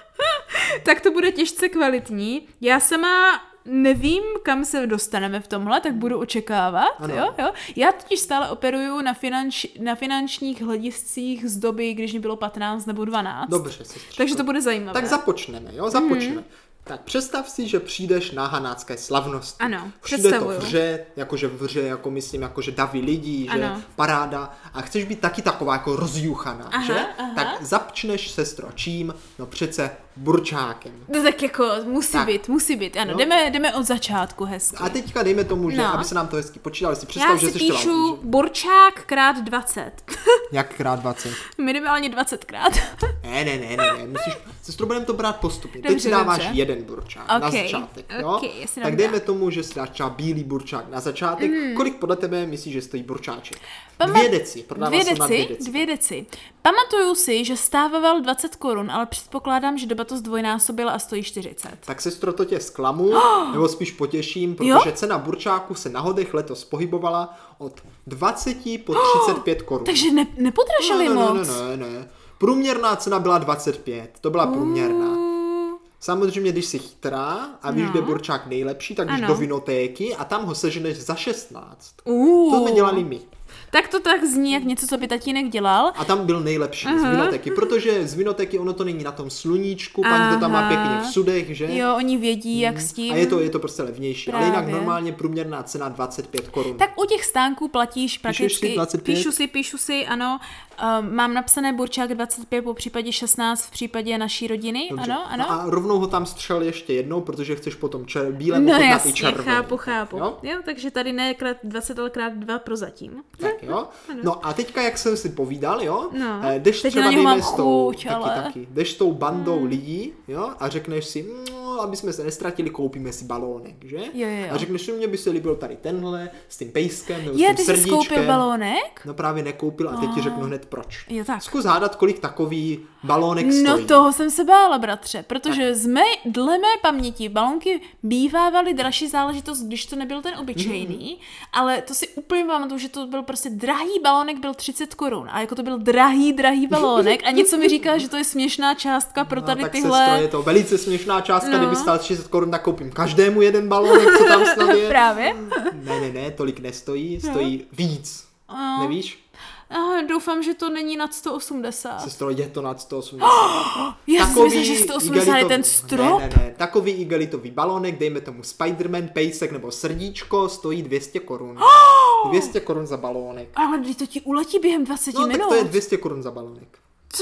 Tak to bude těžce kvalitní. Já sama nevím, kam se dostaneme v tomhle, tak budu očekávat. Ano. Jo, jo. Já totiž stále operuju na, finanč, na finančních hlediscích z doby, když mi bylo patnáct nebo dvanáct. Dobře, sestřičko. Takže to bude zajímavé. Tak započneme, jo, započneme. Mm-hmm. Tak představ si, že přijdeš na hanácké slavnosti. Ano, Přijde to představuju. vře, jakože vře, jako myslím, jakože daví lidí, že Ano. paráda a chceš být taky taková jako rozjuchaná, Aha, že? aha. Tak zapčneš, sestro, čím? No přece burčákem. No tak jako musí Tak. být, musí být, ano. No. Jdeme, jdeme od začátku hezky. A teďka dejme tomu, že No. aby se nám to hezky počítalo, si představ, Já že si jsi píšu chtěla, burčák krát dvacet. jak krát dvacet. Minimálně dvacetkrát. Ne, ne, ne, ne, ne, musíš, Sestro, budeme to brát postupně. Dobře, Teď si dáváš dobře. jeden burčák okay. na začátek, jo? Okay, tak dejme tomu, že si dáš třeba bílý burčák na začátek. Mm. Kolik podle tebe myslíš, že stojí burčáček? Pama- dvě deci. Dvě deci, na dvě deci. Dvě deci. Pamatuju si, že stával dvacet korun, ale předpokládám, že doba to zdvojnásobila a stojí čtyřicet. Tak sestro, to tě zklamu, oh. nebo spíš potěším, protože jo? cena burčáku se na hodech letos pohybovala od dvacet po třicet pět korun. Takže ne, nepodražili no, moc. Ne, ne, ne. Průměrná cena byla dvacet pět, to byla průměrná. Uh. Samozřejmě, když jsi chytrá a víš, no. kde je burčák nejlepší, tak jdeš do vinotéky a tam ho seženeš za šestnáct. Uh. To jsme dělali my. Tak to tak zní, jak něco, co by tatínek dělal. A tam byl nejlepší uh-huh. z vinotéky, protože z vinotéky ono to není na tom sluníčku, paní to tam má pěkně v sudech, že? Jo, oni vědí, jak s tím. A je to, je to prostě levnější. Právě. Ale jinak normálně průměrná cena dvacet pět korun. Tak u těch stánků platíš prakticky. Si dvacet pět? Píšu si, píšu si, ano. Um, mám napsané burčák dvacet pět, po případě šestnáct v případě naší rodiny. Dobře. Ano, ano. A rovnou ho tam střel ještě jednou, protože chceš potom čer, bílé no, ochutnat i červený. chápu, chápu. Jo? jo, takže tady ne krát dvacet, ale krát dva prozatím. Tak jo. No a teďka, jak jsem si povídal, jo, no. jdeš Teď třeba dejme s tou, chuť, taky, ale... taky, jdeš s tou bandou hmm. lidí, jo, a řekneš si, no, aby jsme se nestratili, koupíme si balónek, že? Jo, jo. A řekneš si, mně by se líbil tady tenhle, s tím pejskem, nebo je, s tím srdíčkem. Je, ty jsi koupil balónek? No právě nekoupil a teď ti řeknu hned proč. Jo, tak. Zkus hádat, kolik takový balónek stojí. No toho jsem se bála, bratře, protože z mé, dle mé paměti balónky bývávaly dražší záležitost, když to nebyl ten obyčejný, mm. ale to si úplně pamatuju, že to byl prostě drahý balónek, byl třicet korun a jako to byl drahý, drahý balónek a něco mi říká, že to je směšná částka pro tady no, tak tyhle... Sestro, je to velice směšná částka, no. Kdyby stál třicet korun, tak koupím každému jeden balónek, co tam snad je. Právě. Ne, ne, ne, tolik nestojí, stojí no. víc. No. Nevíš? Aha, doufám, že to není nad sto osmdesát. Sestro, je to nad sto osmdesát. Oh, já si myslím, že sto osmdesát je ten strop. Ne, ne, ne. Takový igelitový balónek, dejme tomu Spiderman, pejsek nebo srdíčko, stojí dvě stě korun. Oh! dvě stě korun za balónek. Ale když to ti uletí během dvacet no, minut. No tak to je dvě stě korun za balónek.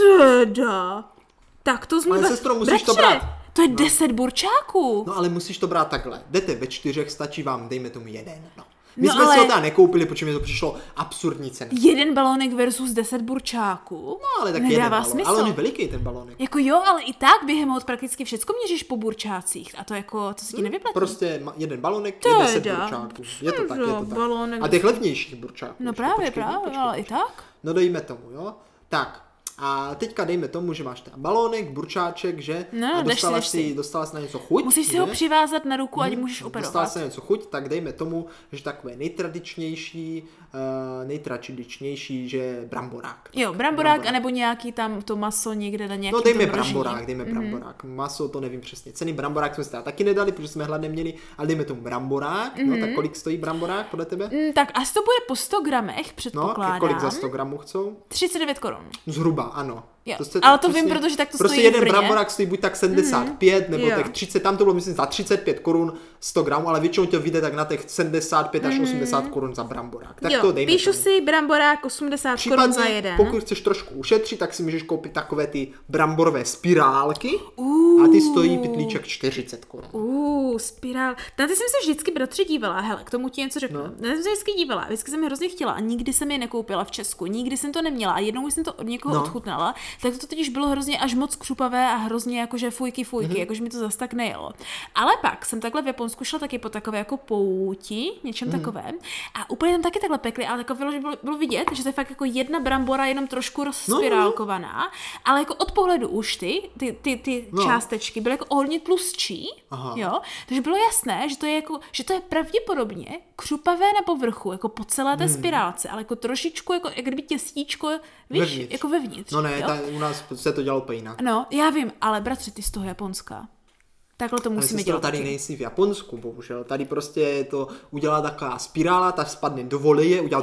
Teda. Tak to zní... Ale sestro, musíš Bratře, to brát. To je no. deset burčáků. No ale musíš to brát takhle. Jdete ve čtyřech, stačí vám, dejme tomu jeden. No. My no jsme ale... si ho teda nekoupili, protože mi to přišlo absurdní cena. Jeden balónek versus deset burčáků? No ale tak nedává jeden balón. smysl. Ale on je veliký ten balónek. Jako jo, ale i tak během hod prakticky všecko měříš po burčácích. A to jako, to se ti nevyplatí. Prostě jeden balónek je deset burčáků. Je to tak, je to tak. Balónek... A těch levnějších burčáků. No právě, počkej, právě, počkej, ale počkej. I tak. No dejme tomu, jo. Tak. A teďka dejme tomu, že máš ten balónek, burčáček, že? No, a dostala si, si, dostala si na něco chuť. Musíš že? si ho přivázat na ruku, ať hmm, můžeš operovat. Dostala si na něco chuť, tak dejme tomu, že takové nejtradičnější, uh, nejtradičnější, že bramborák. Jo, bramborák, bramborák, anebo nějaký tam to maso někde na nějaký. No dejme bramborák, dejme mm-hmm. bramborák. Maso to nevím přesně. Ceny bramborák jsme si teda taky nedali, protože jsme hlad neměli, ale dejme tomu bramborák. Mm-hmm. No tak kolik stojí bramborák podle tebe? Mm, tak asi to bude po sto gramech, předpokládám. No, kolik za sto gramů chcou? třicet devět korun. Zhruba, ano. Jo, to jste, ale to přesně, vím, protože tak to prostě stojí jeden bramborák stojí buď tak sedmdesát pět, mm, nebo jo. tak třicet, tam to bylo myslím za třicet pět korun sto gramů, ale většinou to vyjde tak na těch sedmdesát pět až mm. osmdesát korun za bramborák. Tak jo, to dejme píšu tomu. si bramborák osmdesát korun za jeden. Pokud chceš trošku ušetřit, tak si můžeš koupit takové ty bramborové spirálky uh. a ty stojí pytlíček čtyřicet korun. Uh, spirál. Na ty jsem se vždycky, bratře, dívala. Hele, k tomu ti něco řeknu. No. Na ty jsem se vždycky dívala. Vždycky jsem je hrozně chtěla a nikdy jsem je nekoupila v Česku. Nikdy jsem to neměla a jednou jsem to od někoho no. odchutnala. Tak to totiž bylo hrozně až moc křupavé a hrozně jakože fujky fujky, mm-hmm. jakože mi to zas tak nejelo. Ale pak jsem takhle v Japonsku šla taky po takové jako pouti, něčem mm-hmm. takovém a úplně tam taky takhle pekli, ale takové, že bylo, bylo vidět, že to je fakt jako jedna brambora jenom trošku rozspirálkovaná, no, no. ale jako od pohledu už ty, ty, ty, ty no. částečky byly jako hodně tlustší, jo, takže bylo jasné, že to je jako, že to je pravděpodobně křupavé na povrchu, jako po celé té mm. spirálce, ale jako trošičku, jako jak kdyby těstíčko, víš, vevnitř. jako vevnitř. No ne, ta, u nás se to dělalo úplně jinak. No, já vím, ale bratři, ty z toho Japonska. Takhle to musíme dělat. Tady nejsi v Japonsku, bohužel. Tady prostě je to udělá taková spirála, ta spadne do voleje, udělá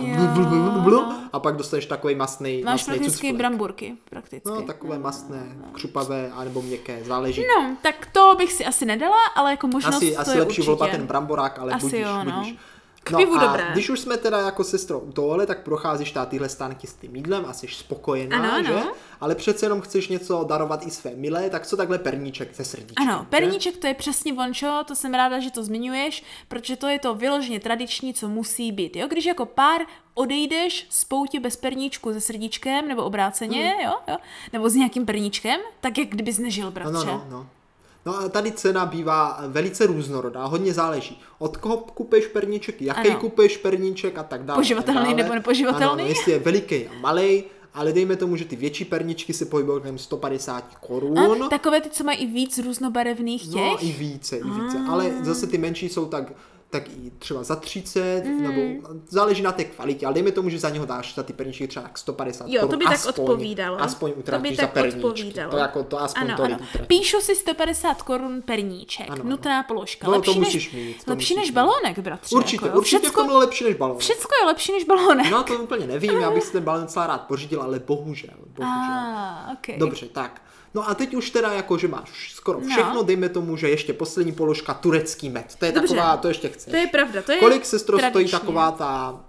a pak dostaneš takový masný. Máš prakticky bramburky, prakticky. No, takové masné, křupavé, anebo měkké, záleží. No, tak to bych si asi nedala, ale jako možnost asi, to asi je lepší určitě. Volba ten bramborák, ale asi budíš, jo, no. budíš. K pivu no a dobré. když už jsme teda jako sestrou u tohle, tak procházíš ta tyhle stánky s tím jídlem a jsi spokojená, Ano, ano. že? Ale přece jenom chceš něco darovat i své milé, tak co takhle perníček ze srdíčkem? Ano, perníček to je přesně vončo, to jsem ráda, že to zmiňuješ, protože to je to vyloženě tradiční, co musí být. Jo? Když jako pár odejdeš z poutě bez perníčku se srdíčkem, nebo obráceně, hmm. jo, jo, nebo s nějakým perníčkem, tak jak kdybys nežil, bratře. No, no, no. No a tady cena bývá velice různorodá, hodně záleží. Od koho kupuješ perníček, jaký ano. kupuješ perníček a tak dále. Poživatelný nebo nepoživatelný. Ano, jestli je veliký a malej, ale dejme tomu, že ty větší perničky se pohybují kolem sto padesát korun. A takové ty, co mají i víc různobarevných těch? No i více, i více, ale zase ty menší jsou tak tak i třeba za třicet, mm. nebo záleží na té kvalitě, ale dejme tomu, že za něho dáš za ty perníčky třeba tak sto padesát jo, korun. to by aspoň, tak odpovídalo. Aspoň utratíš za perníčky. To jako to aspoň ano, tolik ano. utratíš. Píšu si sto padesát korun perníček, ano, nutná položka. No, lepší to než, musíš mít. To lepší musíš než mít. balónek, bratře. Určitě, jako, určitě všecko, to bylo lepší než balónek. Všecko je lepší než balónek. No to úplně nevím, já bych si ten balón docela rád pořídil, ale bohužel. bohužel. Ah, okay. Dobře, tak. No a teď už teda jako, že máš skoro všechno, no. Dejme tomu, že ještě poslední položka turecký med. To je Dobře. taková, to ještě chceš. To je pravda, to je Kolik sestro stojí tradičně. taková ta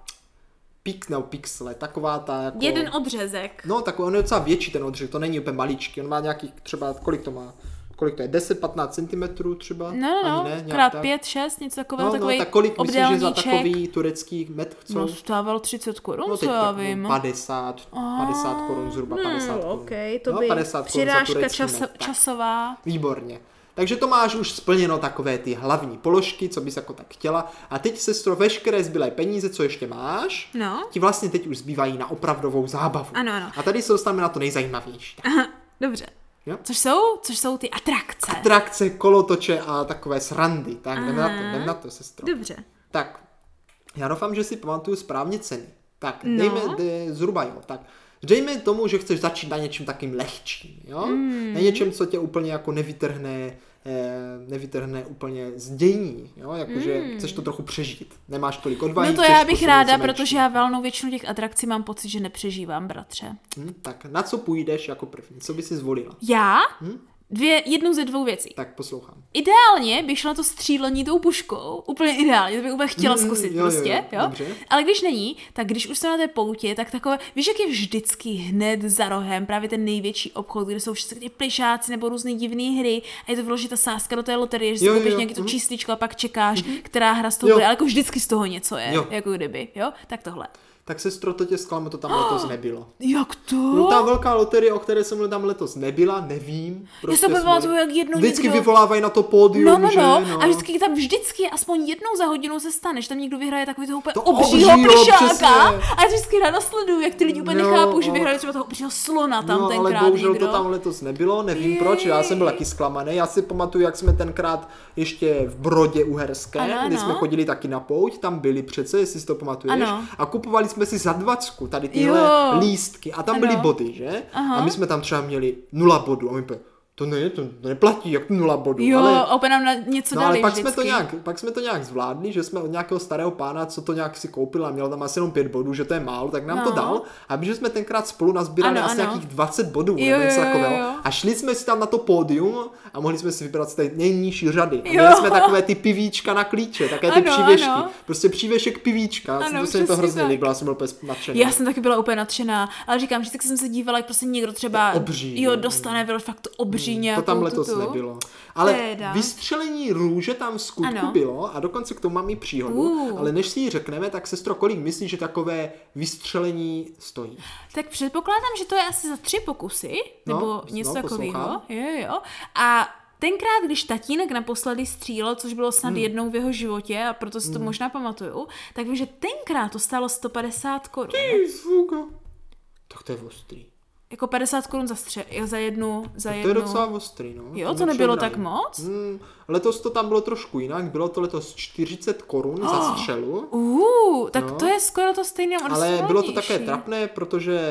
pik, nebo pixle, taková ta jako... Jeden odřezek. No, takový, on je docela větší ten odřezek, to není úplně maličký, on má nějakých třeba, kolik to má? Kolik to je? deset patnáct centimetrů třeba? No, no, Ani ne, krát tak. pět, šest, něco takového, No, takový no, tak kolik myslíš, že za obdélníček. takový turecký med chcou? No, stával třicet korun, No, co teď já tak, vím. no, padesát, padesát korun, zhruba padesát No, korun. okay, to no, by padesát korun za přirážka turecký čas, med, tak. časová. Výborně. Takže to máš už splněno takové ty hlavní položky, co bys jako tak chtěla. A teď, sestro, veškeré zbylé peníze, co ještě máš, No. ti vlastně teď už zbývají na opravdovou zábavu. Ano, ano. A tady se dostaneme na to nejzajímavější. Aha, dobře. Jo? Což jsou, což jsou ty atrakce. Atrakce, kolotoče a takové srandy. Tak jdem na to, jdem na to, sestro. Dobře. Tak, já doufám, že si pamatuju správně ceny. Tak, No. dejme, de, zhruba jo, tak. Dejme tomu, že chceš začít na něčem takým lehčím, jo? Mm. Na něčem, co tě úplně jako nevytrhne, eh, nevytrhne úplně z dění, jo? Jakože mm. chceš to trochu přežít. Nemáš tolik odvahy. No to já bych ráda, protože já valnou většinu těch atrakcí mám pocit, že nepřežívám, bratře. Hm, tak na co půjdeš jako první? Co by si zvolila? Já? Hm? Dvě, jednu ze dvou věcí. Tak poslouchám. Ideálně bych šla na to střílení tou puškou, úplně ideálně, to bych úplně chtěla Mm, zkusit jo, prostě, jo, jo, dobře. Ale když není, tak když už jsem na té poutě, tak takové, víš, jak je vždycky hned za rohem právě ten největší obchod, kde jsou všichni ty plišáci nebo různé divné hry a je to vyložit ta sázka do té loterie, že si Jo, jo, koupíš jo, nějaký to mhm. čísličko a pak čekáš, která hra z toho Jo. bude, ale jako vždycky z toho něco je, Jo. jako kdyby, jo, tak tohle. Tak sestro, to tě zklamu, to tam letos nebylo. Jak to? No, ta velká loterie, o které jsem tam letos nebyla, nevím. Prostě Já se pamatuju, jak jednou vždycky někdo... vyvolávají na to pódium, No, no, že? no, no. a vždycky tam vždycky aspoň jednou za hodinu se stane, že tam někdo vyhraje takový toho úplně To obřího obřího, plišáka. přesně. A já vždycky ráda sleduju, jak ty lidi úplně No, nechápou, že no. vyhraje třeba toho obřího slona tam no, tenkrát ale bohužel někdo. to tam letos nebylo, nevím Jej. proč, já jsem byl taky zklamaný. Já si pamatuju, jak jsme tenkrát ještě v Brodě Uherské, Ano, kdy ano. jsme chodili taky na pouť, tam byli přece, jestli si to pamatuješ, Ano. a kupovali jsme si za dvacku tady tyhle Jo. lístky a tam Ano. byly body, že? Aha. A my jsme tam třeba měli nula bodů a my pe, to ne, to neplatí, jak nula bodů. Jo, ale... a opět nám na něco No dali ale pak vždycky. jsme, to nějak, pak jsme to nějak zvládli, že jsme od nějakého starého pána, co to nějak si koupil a měl tam asi jenom pět bodů, že to je málo, tak nám No. to dal. A že jsme tenkrát spolu nazbírali Ano, asi ano. nějakých dvacet bodů, Jo, nebo něco jo, jo, takového. jo. A šli jsme si tam na to pódium a mohli jsme si vybrat z té nejnižší řady. A Jo. měli jsme takové ty pivíčka na klíče, také ty Ano, přívěšky. ano. Prostě přívěšek pivíčka. Ano, To se mi to přesně hrozně tak. líbilo, já jsem byl úplně nadšený. Já jsem taky byla úplně nadšená, ale říkám, že tak jsem se dívala, jak prostě někdo třeba Obří, jo, no. dostane vylož fakt to obří To nějakou tam letos tutu. nebylo. Ale Teda. vystřelení růže tam v skutku Ano. bylo a dokonce k tomu mám i příhodu. Uh. Ale než si ji řekneme, tak sestro, kolik myslíš, že takové vystřelení stojí? Tak předpokládám, že to je asi za tři pokusy, No, nebo no, něco poslouchám. takového. Jo, jo. A tenkrát, když tatínek naposledy střílel, což bylo snad Hmm. jednou v jeho životě, a proto si to možná pamatuju, tak vím, že tenkrát to stálo sto padesát korun. Ty fugo. Tak to je ostrý. Jako padesát korun za, stře- jo, za jednu, za Tak jednu. to je docela ostrý, no. Jo, to je nebylo drahý. tak moc? Hmm, letos to tam bylo trošku jinak, bylo to letos čtyřicet korun oh. za střelu. Uh, tak No. to je skoro to stejné. Ale bylo to také trapné, protože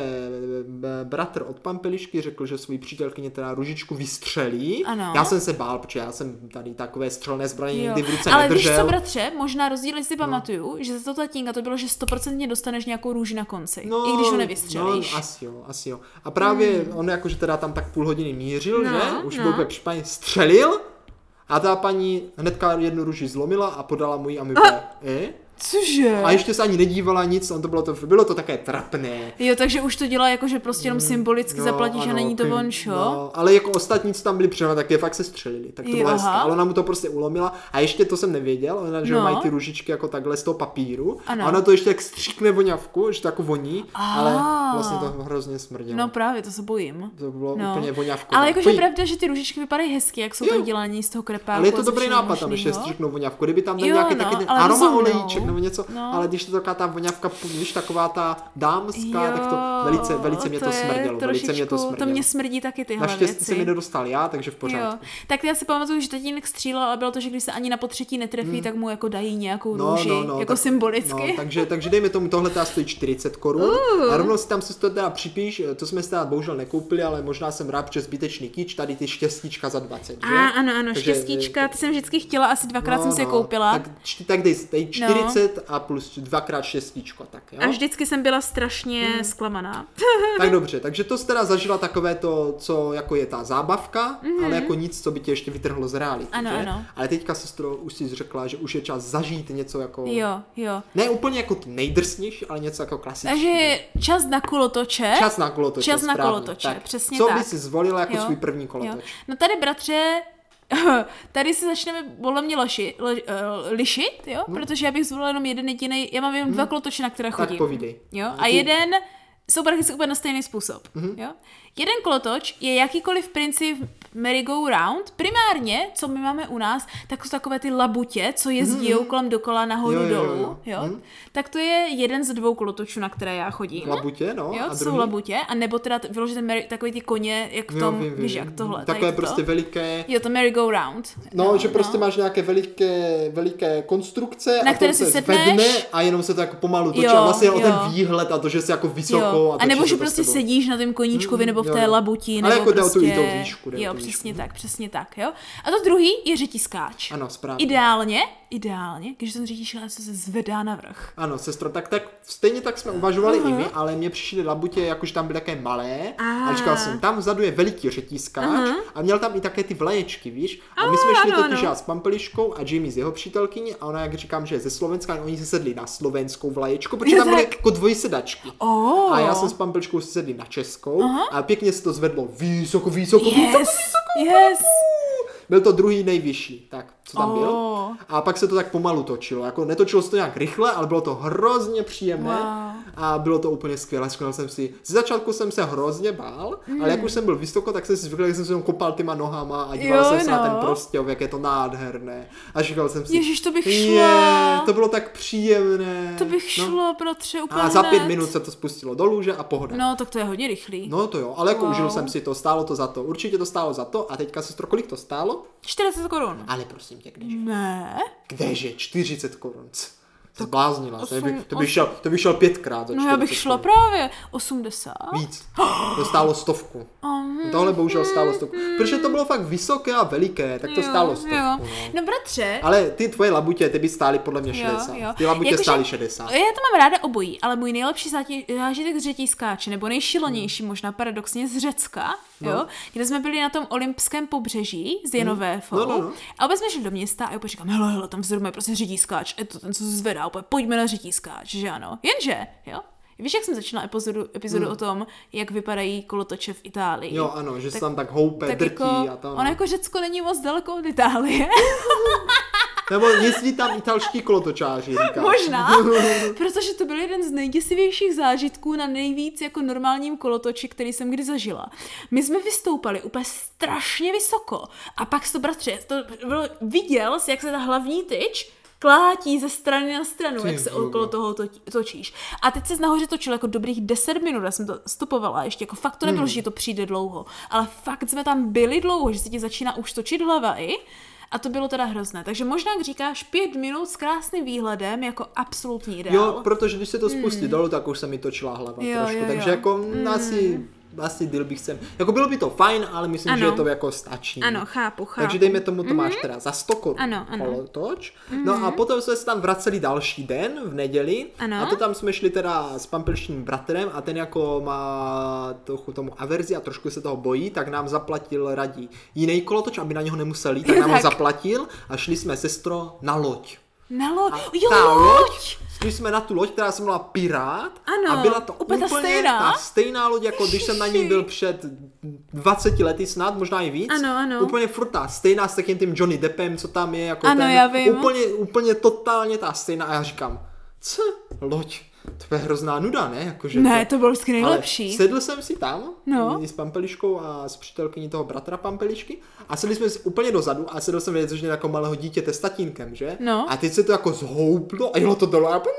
b- bratr od Pampelišky řekl, že svůj přítelkyně teda ružičku vystřelí. Ano. Já jsem se bál, protože já jsem tady takové střelné zbraně Jo. nikdy v ruce Ale nedržel. víš co, bratře, možná rozdíl, si pamatuju, že za to tatínka to bylo, že stoprocentně dostaneš nějakou růži na konci, i když ho nevystřelíš. No, asi jo, asi jo. A právě hmm. on jakože teda tam tak půl hodiny mířil, No, že? Už no. byl úplně připravený, střelil a ta paní hnedka jednu růži zlomila a podala mu ji a my úplně, eh? Cože? A ještě se ani nedívala nic, on to bylo to, bylo to také trapné. Jo, takže už to dělá jako, že prostě jenom symbolicky no, zaplatíš ano, a není to ty, on, čo? No, ale jako ostatní, co tam byli přišli, tak je fakt se střelili. Tak to Jo, bylo hezké. aha. Ale ona mu to prostě ulomila. A ještě to jsem nevěděl, ona, že No. mají ty růžičky jako takhle z toho papíru. Ano. A ona to ještě tak stříkne voňavku, že to jako voní, Ah. ale vlastně to hrozně smrdělo. No právě, to se bojím. To bylo No. úplně voňavkové. Ale jakože Pojď. pravda, že ty růžičky vypadají hezky, jak jsou Jo. tak dělaní z toho krepáku. Ale je to a ze dobrý všeho nápad tam ještě možnýho. stříknout voňavku. Kdyby tam byl Jo, nějaký no, taky ten ale aroma rozumnou. olejček nebo něco, No. ale když to taková ta voňavka, když taková ta dámská, Jo, tak to velice, velice mě to, je smrdělo. Velice mě to trošičku- smrdělo. To mě smrdí taky tyhle Naštěstí věci. se mi nedostal já, takže v pořádku. Jo. Tak já si pamatuju, že tatínek střílel, ale bylo to, že když se ani na potřetí netrefí, hmm. tak mu jako dají nějakou růži, jako tak, symbolicky. No, takže, takže dejme tomu, tohle teda stojí čtyřicet korun. Uh. A rovnou si tam si to teda připíš, to jsme si teda bohužel nekoupili, ale možná jsem rád, že zbytečný kýč, tady ty štěstíčka za dvacet, že? A, ano, ano, Takže- štěstíčka, ty jsem vždycky chtěla, asi dvakrát No, jsem si je no, koupila. Tak, č- tak dej, dej čtyřicet a plus dvakrát štěstíčko, tak jo? A vždycky jsem byla strašně hmm. zklamaná. Tak dobře, takže to jsi teda zažila takové to, co jako je ta zábavka, mm-hmm. ale jako nic, co by tě ještě vytrhlo z reality, Ano, že? ano. Ale teďka, sestro, už jsi řekla, že už je čas zažít něco jako... Jo, jo. Ne úplně jako to nejdrsnější, ale něco jako klasické. Takže čas na kolotoče. Čas na kolotoče, Čas na správně. kolotoče, Tak, přesně co tak. by si zvolila jako Jo, svůj první Jo. kolotoč? No tady, bratře, tady se začneme podle mě liši, li, uh, lišit, jo? No. Protože já bych zvolila jenom jeden jediný, já mám jenom dva kolotoče, na které Tak chodím. povídej. Jo? A Ty- jeden jsou prakticky úplně na stejný způsob. Mhm. Jo? Jeden kolotoč je jakýkoliv princip merry-go-round. Primárně, co my máme u nás, tak jsou takové ty labutě, co jezdí Mhm. kolem dokola nahoru Jo, jo, jo, dolů. jo. Jo? Mhm. Tak to je jeden z dvou kolotočů, na které já chodím. Labutě, no. Jo, a to druhý? jsou labutě, a nebo teda t- vyložené Mary, takový ty koně, jak v Jo, tom, vím, vím, víš vím. jak tohle. Takové tady toto. prostě veliké... Jo, to merry-go-round. No, že prostě máš nějaké veliké, veliké konstrukce Na a které to si se sedneš. zvedne a jenom se to jako pomalu točí Jo, a vlastně o ten jo. výhled a to, že jsi jako vysoko Jo. a A nebo točí že to prostě sebou. sedíš na tom koníčkovi nebo v jo, té jo. labuti, Ale nebo jako jde o tu- prostě... i tou výšku, jde o jo, tu přesně výšku. tak, přesně tak, jo. A to druhý je řetiskáč. Ano, správně. Ideálně, ideálně, když ten řetiskáč se zvedá na vrch. Ano, sestro, tak, tak stejně tak jsme uvažovali uh-huh. i my, ale mně přišly labutě, jakože tam byly také malé. Ah. A říkal jsem, tam vzadu je veliký řetískáč Uh-huh. a měl tam i také ty vlaječky, víš? A my jsme šli ano, totiž ano. já s Pampeliškou a Jamie s jeho přítelkyní a ona, jak říkám, že je ze Slovenska, a oni se sedli na slovenskou vlaječku, protože Jo, tam byly tak. jako dvojsedačky. Oh. A já jsem s Pampeliškou se sedli na českou Aha. a pěkně se to zvedlo vysoko, vysoko, vysoko, Yes, vysoko. yes. Byl to druhý nejvyšší, tak co tam Oh. byl. A pak se to tak pomalu točilo. Jako netočilo se to nějak rychle, ale bylo to hrozně příjemné. Wow. A bylo to úplně skvělé. Říkal jsem si, z začátku jsem se hrozně bál, mm. ale jak už jsem byl vysoko, tak jsem si zvykl, jak jsem se jenom kopal tyma nohama a díval Jo, jsem se no. na ten Prostějov, jak je to nádherné. A říkal jsem si, Ježiš, to bych je, šla. to bylo tak příjemné. To bych šlo, bratře, úplně A za pět hned. minut se to spustilo do lůže a pohoda. No, tak to je hodně rychlý. No to jo, ale jako Wow. užil jsem si to, stálo to za to. Určitě to stálo za to. A teďka, sestro, kolik to stálo? čtyřicet korun. Ale prosím tě, kdeže? Ne. Kdeže? čtyřicet korun. Zbláznila se. To by, osm- to by šel, to by šel pětkrát za No já bych čtyřicet šla korun. právě osmdesát. Víc. To stálo stovku. Um, Tohle bohužel stálo stovku. Protože to bylo fakt vysoké a veliké, tak to stálo stovku. Jo. No. No bratře, Ale ty tvoje labutě, ty by stály podle mě Jo, šedesát. jo. Ty labutě Jakože- stály šedesát. já to mám ráda obojí, ale můj nejlepší zátě- zážitek z řetískáče, nebo nejšilenější možná paradoxně z Řecka, No. jo, kde jsme byli na tom olympském pobřeží z Jenové No, no, no. a opět jsme šli do města a opět říkám, hele, hele, tam vzadu je prostě řetískáč, je to ten, co se zvedá, opět pojďme na řetískáč, že ano. Jenže, jo, víš, jak jsem začala epizodu, epizodu Hmm. o tom, jak vypadají kolotoče v Itálii? Jo, ano, že se tam tak houpe, tak drtí jako, a to. ono jako Řecko není moc daleko od Itálie. Nebo jezdí tam italští kolotočáři, říkáš. Možná, protože to byl jeden z nejděsivějších zážitků na nejvíc jako normálním kolotoči, který jsem kdy zažila. My jsme vystoupali úplně strašně vysoko a pak to, bratře, to bylo, viděl jsi, jak se ta hlavní tyč klátí ze strany na stranu, Ty jak se vole. okolo toho to, točíš. A teď se nahoře točilo jako dobrých deset minut, já jsem to stopovala, ještě jako fakt to nebylo, Hmm. že to přijde dlouho, ale fakt jsme tam byli dlouho, že se ti začíná už točit hlava i. A to bylo teda hrozné. Takže možná, jak říkáš, pět minut s krásným výhledem jako absolutní ideál. Jo, protože když se to spustí mm. dolů, tak už se mi točila hlava Jo, trošku. jo, Takže jo. jako mm. asi, asi deal bych sem. Jako bylo by to fajn, ale myslím, Ano. že to jako stačí. Ano, chápu, chápu. Takže dejme tomu, to máš teda za sto korun Ano, ano. kolotoč. No a potom jsme se tam vraceli další den v neděli. Ano. A to tam jsme šli teda s pampelšním bratrem a ten jako má trochu tomu averzi a trošku se toho bojí, tak nám zaplatil radí jiný kolotoč, aby na něho nemuseli, tak nám ho Tak. zaplatil a šli jsme, sestro, na loď. Na loď, A jo, ta loď! Když jsme na tu loď, která se jmenovala Pirát, Ano, a byla to úplně úplně ta stejná. ta stejná loď, jako když jsem na ní byl před dvaceti lety snad, možná i víc. Ano, ano. Úplně furt ta stejná s takým tím Johnny Deppem, co tam je, jako Ano, ten, já vím. úplně, úplně totálně ta stejná a já říkám, co, loď, to je hrozná nuda, ne? Jako, že Ne, to, to bylo vždycky nejlepší. Ale sedl jsem si tam No. s Pampeliškou a s přítelkyní toho bratra Pampelišky a sedli jsme si úplně dozadu a sedl jsem vědět, že jako malého dítěte s tatínkem, že? No. A teď se to jako zhouplo a jelo to dolů a já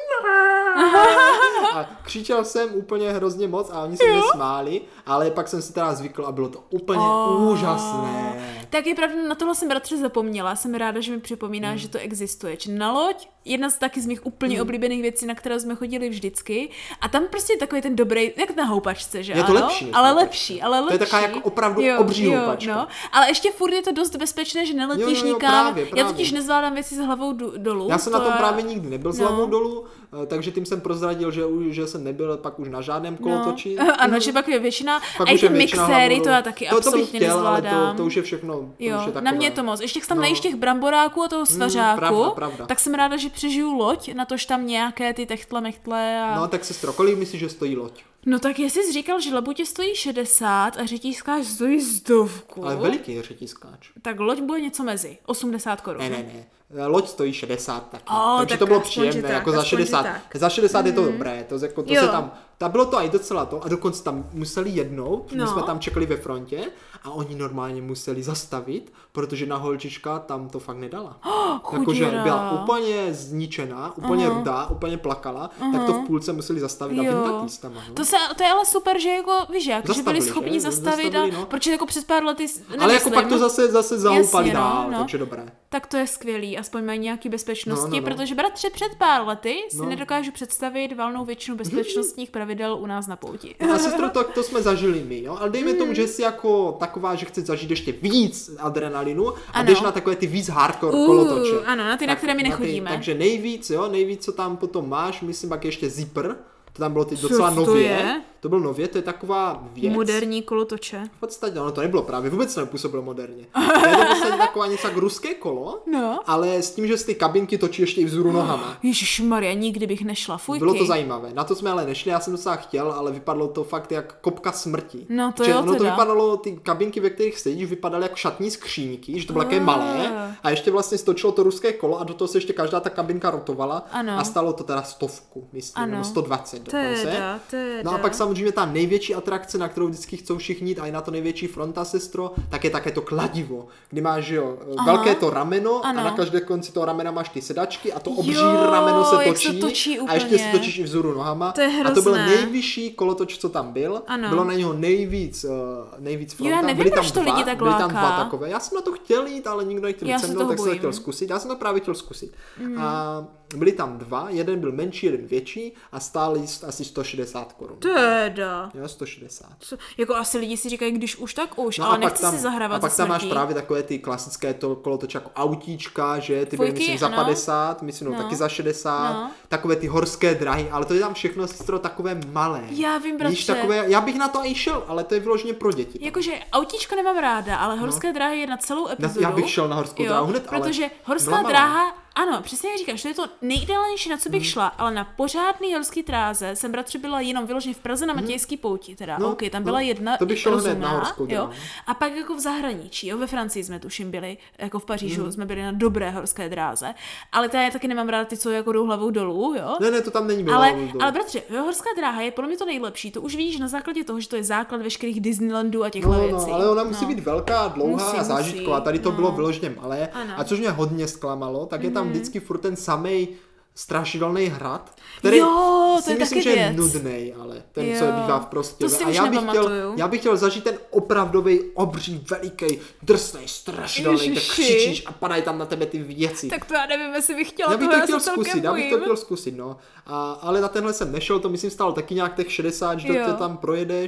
a křičel jsem úplně hrozně moc a oni se mě smáli, ale pak jsem si teda zvykl a bylo to úplně Oh. úžasné. Tak je pravda, na tohle jsem bratře zapomněla. Jsem ráda, že mi připomíná, Hmm. že to existuje. Či na loď, jedna z taky z mých úplně Hmm. oblíbených věcí, na které jsme chodili vždycky. A tam prostě je takový ten dobrý, jak na houpačce, že Je to ano? lepší než Ale houpačka. lepší, ale lepší. To je taková jako opravdu jo, obří jo, houpačka. No. Ale ještě furt je to dost bezpečné, že neletíš Jo, jo, jo, nikam. právě, Já právě. totiž nezvládám věci s hlavou do, dolů. Já jsem na tom je- právě nikdy nebyl s No. hlavou dolů, eh, takže tím jsem prozradil, že, už, že jsem nebyl pak už na žádném kolotoči. No. Ano, že pak je většina. Pak A i už je ty většina mixéry, hlavou to dolů. já taky to, to bych absolutně chtěl, ale nezvládám. to, to už je všechno. To Jo, už je takové. na mě je to moc. Ještě jak jsem No. najíš těch bramboráků a toho svařáku, pravda, pravda. tak jsem ráda, že přežiju loď, natož tam nějaké ty techtle, mechtle a... No tak sestro, kolik myslíš, že stojí loď? No tak jestli jsi říkal, že labutě stojí šedesát a řetízkáč stojí stovku, Ale veliký je řetízkáč. tak loď bude něco mezi. osmdesát korun. Ne, ne, ne. Loď stojí šedesát taky. O, takže tak to bylo aspoň, že příjemné, tak, jako za aspoň, že šedesát. tak. Za šedesát je to dobré, to, jako, to Jo. se tam, ta bylo to i docela to a dokonce tam museli jednou, my No. jsme tam čekali ve frontě a oni normálně museli zastavit, protože na holčička tam to fakt nedala. chudíra. Jakože byla úplně zničená, úplně uh-huh. rudá, úplně plakala, uh-huh. tak to v půlce museli zastavit a Jo. vyndat jí s tam. No. To, se, to je ale super, že jako, víš jak, že Zastavili, byli schopni že? zastavit Zastavili, a, no. protože jako před pár lety, s- Ale jako nemyslím, pak to zase, zase zahoupali Jasně, no, dál, no. takže dobré. tak to je skvělý, aspoň mají nějaký bezpečnosti, No, no, no. protože bratře před pár lety si No. nedokážu představit valnou většinu bezpečnostních pravidel u nás na pouti. No a sestro, to, to jsme zažili my, jo? Ale dejme tomu, že jsi jako taková, že chceš zažít ještě víc adrenalinu a Ano. jdeš na takové ty víc hardcore Uh, kolotoče. ano, na ty, na které my na nechodíme. takže nejvíc, jo, nejvíc, co tam potom máš, myslím pak ještě Zipper, to tam bylo ty Co docela to nově. je? To bylo nově, to je taková věc. Moderní kolotoče. V podstatě, ono to nebylo právě, vůbec nepůsobilo moderně. To je to v podstatě taková něco jak ruské kolo, No. ale s tím, že z ty kabinky točí ještě i vzhůru nohama. Ježišmarja, nikdy bych nešla, fujky. Bylo to zajímavé. Na to jsme ale nešli, já jsem docela chtěl, ale vypadalo to fakt jak kopka smrti. No to že jo ono to teda. vypadalo, ty kabinky, ve kterých sedíš, vypadaly jak šatní skříňky, že to bylo také Ah. malé a ještě vlastně stočilo to ruské kolo a do toho se ještě každá ta kabinka rotovala Ano. a stalo to teda stovku, myslím, Ano. nebo sto dvacet dokonce. Teda, teda. No a pak samozřejmě ta největší atrakce, na kterou vždycky chcou všichni jít a i na to největší fronta, sestro, tak je také to kladivo, kdy máš, že jo, Aha. velké to rameno Ano. a na každé konci toho ramena máš ty sedačky a to obří Jo, rameno se jak se točí, točí a ještě se úplně. točíš i vzhůru nohama. To je a to byl hrozné. nejvyšší kolotoč, co tam byl. Ano. Bylo na něho nejvíc, uh, nejvíc fronta. já nevím, byly tam proč to dva, lidi tak byly tam láká. dva takové. Já jsem na to chtěl jít, ale nikdo nechtěl Já jít se se mnou, toho tak jsem to bojím. chtěl zkusit. Já jsem to právě chtěl zkusit. Mm. A byly tam dva, jeden byl menší, jeden větší a stáli asi sto šedesát korun. Teda. Jo, sto šedesát. Co? Jako asi lidi si říkají, když už, tak už, No ale a pak nechci tam, si zahrávat a pak za tam máš smrtí. právě takové ty klasické to kolotoče jako autíčka, že ty byly Dvojky, myslím za ano. padesát, myslím no. No. taky za šedesát, No. takové ty horské drahy, ale to je tam všechno sestro takové malé. Já vím, Víš, bratře. takové, já bych na to i šel, ale to je vyloženě pro děti. Jakože autíčko nemám ráda, ale horské dráhy je na celou epizodu. já bych šel na horskou jo, dráhu hned, ale protože horská byla malá. dráha, ano, přesně jak říkáš, to je to nejideálnější, na co bych šla, ale na pořádný horský dráze jsem bratře byla jenom vyloženě v Praze na Matějský pouti, teda, No, OK, tam no, byla jedna to bych šel hned rozumná, na horskou jo, dráhu. a pak jako v zahraničí, jo, ve Francii jsme tuším byli, jako v Pařížu, Mhm. jsme byli na dobré horské dráze, ale já taky nemám ráda ty, co jako jdou hlavou dolů, jo. Ne, ne, to tam není bylo. Ale, ale bratře, jo, horská dráha je podle mě to nejlepší. To už vidíš na základě toho, že to je základ veškerých Disneylandů a těchto No, věcí. no, ale ona musí no. být velká, dlouhá Musí, a zážitková. musí, Tady to no. bylo vyloženě malé. Ano. A což mě hodně zklamalo, tak je tam vždycky furt ten samej strašidelný hrad, který Jo, to si je myslím, taky že je věc. nudnej, ale ten, Jo, co je bývá v Prostějově. to si A už já bych, chtěl, nepamatuju. já bych chtěl zažít ten opravdový, obří, veliký, drsnej, strašidelný, tak Ježiši. křičíš a padají tam na tebe ty věci. Tak to já nevím, jestli bych chtěla, Já bych toho to chtěl se celkem zkusit, já bych to bojím. chtěl zkusit, no. A, ale na tenhle jsem nešel, to myslím stálo taky nějak těch šedesát, že Jo. to tam projedeš.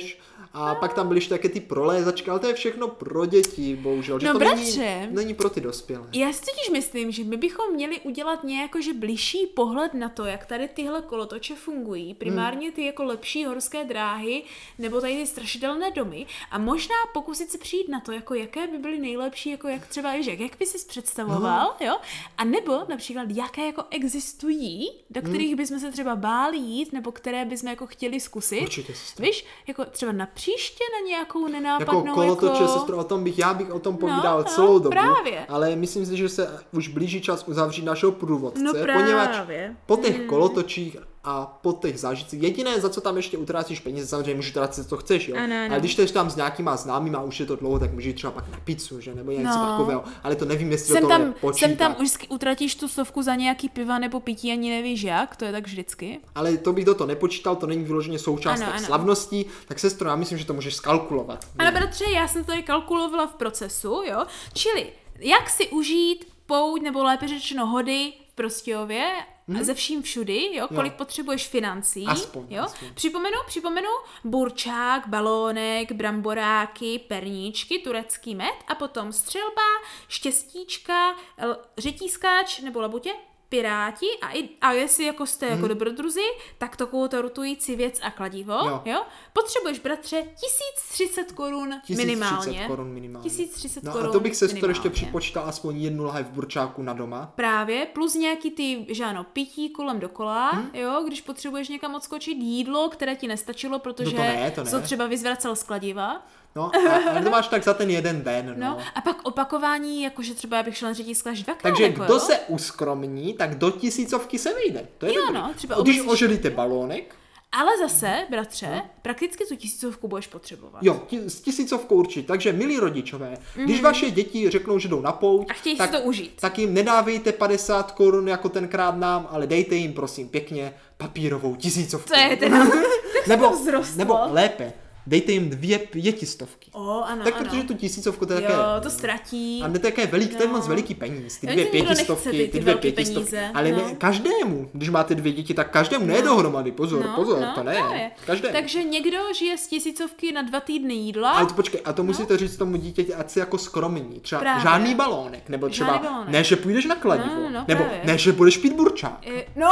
a pak tam byly ještě také ty prolézačky, ale to je všechno pro děti, bohužel, že No to bratře, není, není pro ty dospělé. Já si totiž myslím, že my bychom měli udělat nějakože blížší pohled na to, jak tady tyhle kolotoče fungují, primárně ty jako lepší horské dráhy, nebo tady ty strašidelné domy a možná pokusit se přijít na to, jako jaké by byly nejlepší, jako jak třeba Ježek, jak by si představoval, no. jo? A nebo například, jaké jako existují, do kterých bychom se třeba báli jít, nebo které bychom jako chtěli zkusit. Určitě, sestro. Víš, jako třeba na příště na nějakou nenápadnou jako kolotoče, jako... sestro, o tom bych, já bych o tom povídal no, celou no, dobu, právě. ale myslím si, že se už blíží čas uzavřít našeho průvodce, no poněvadž po těch mm. kolotočích a po těch zážitcích, jediné, za co tam ještě utrácíš peníze, samozřejmě můžeš tracit, co chceš, jo. Ano, ano. Ale když jsi tam s nějakýma známýma a už je to dlouho, tak můžeš třeba pak na pizzu, že, nebo něco No. takového, ale to nevím, jestli Sem to tam, počítá. sem tam už utratíš tu stovku za nějaký piva nebo pití, ani nevíš jak, to je tak vždycky. Ale to bych do toho nepočítal, to není vyloženě součást Ano, těch ano. slavností, tak sestro, já myslím, že to můžeš skalkulovat. Ale bratře, já jsem to tady kalkulovala v procesu, jo, čili jak si užít pouť, nebo lépe řečeno hody v Prostějově, mm-hmm. ze vším všudy, jo, kolik Jo. potřebuješ financí, Aspoň, jo. aspoň. Připomenu, připomenu, burčák, balónek, bramboráky, perníčky, turecký med a potom střelba, štěstíčka, l- řetízkáč nebo labutě, piráti a, i, a jestli jako jste jako dobrodruzi, tak takovou to rotující věc a kladivo, Jo. jo. Potřebuješ, bratře, tisíc tři sta korun minimálně. korun minimálně. tisíc tři sta No korun a to bych se ještě minimálně. připočítal aspoň jednu lahev burčáku na doma. Právě, plus nějaký ty, že ano, pití kolem dokola, hmm? jo, když potřebuješ někam odskočit, jídlo, které ti nestačilo, protože No to ne, to ne. to třeba vyzvracel z kladiva. No, a, ale to máš tak za ten jeden den, no. No, a pak opakování, jakože třeba já bych šla na řetízka až dvakrát. Takže jako, kdo jo? se uskromní, tak do tisícovky se vyjde. To je Jo, dobrý. no, třeba Když obecíš- oželíte balónek, Ale zase, bratře, no. prakticky tu tisícovku budeš potřebovat. jo, ti, s tisícovkou určitě. Takže milí rodičové, mm. když vaše děti řeknou, že jdou na pouť, A chtějí tak, si to užít. tak jim nedávejte padesát korun jako tenkrát nám, ale dejte jim prosím pěkně papírovou tisícovku. To je teda, nebo, to vzrostlo. nebo lépe, dejte jim dvě pětistovky. O, ano, tak ano. protože tu tisícovku to je Jo, také... to ztratí. A ne také veliký, to je No. moc veliký peníz. Ty Jo, dvě to nikdo nechce pětistovky, ty- ty, ty dvě velký pětistovky. peníze, Ale no. ne každému, když máte dvě děti, tak každému, ne dohromady, pozor, No, pozor, no, to ne. právě. Každému. Takže někdo žije z tisícovky na dva týdny jídla. Ale to počkej, a to musíte říct tomu dítěti, ať si jako skromní. Třeba Právě. žádný balónek, nebo třeba Žádný balónek. ne, že půjdeš na kladivo, No, no, nebo právě. ne, že budeš pít burčák. E, No,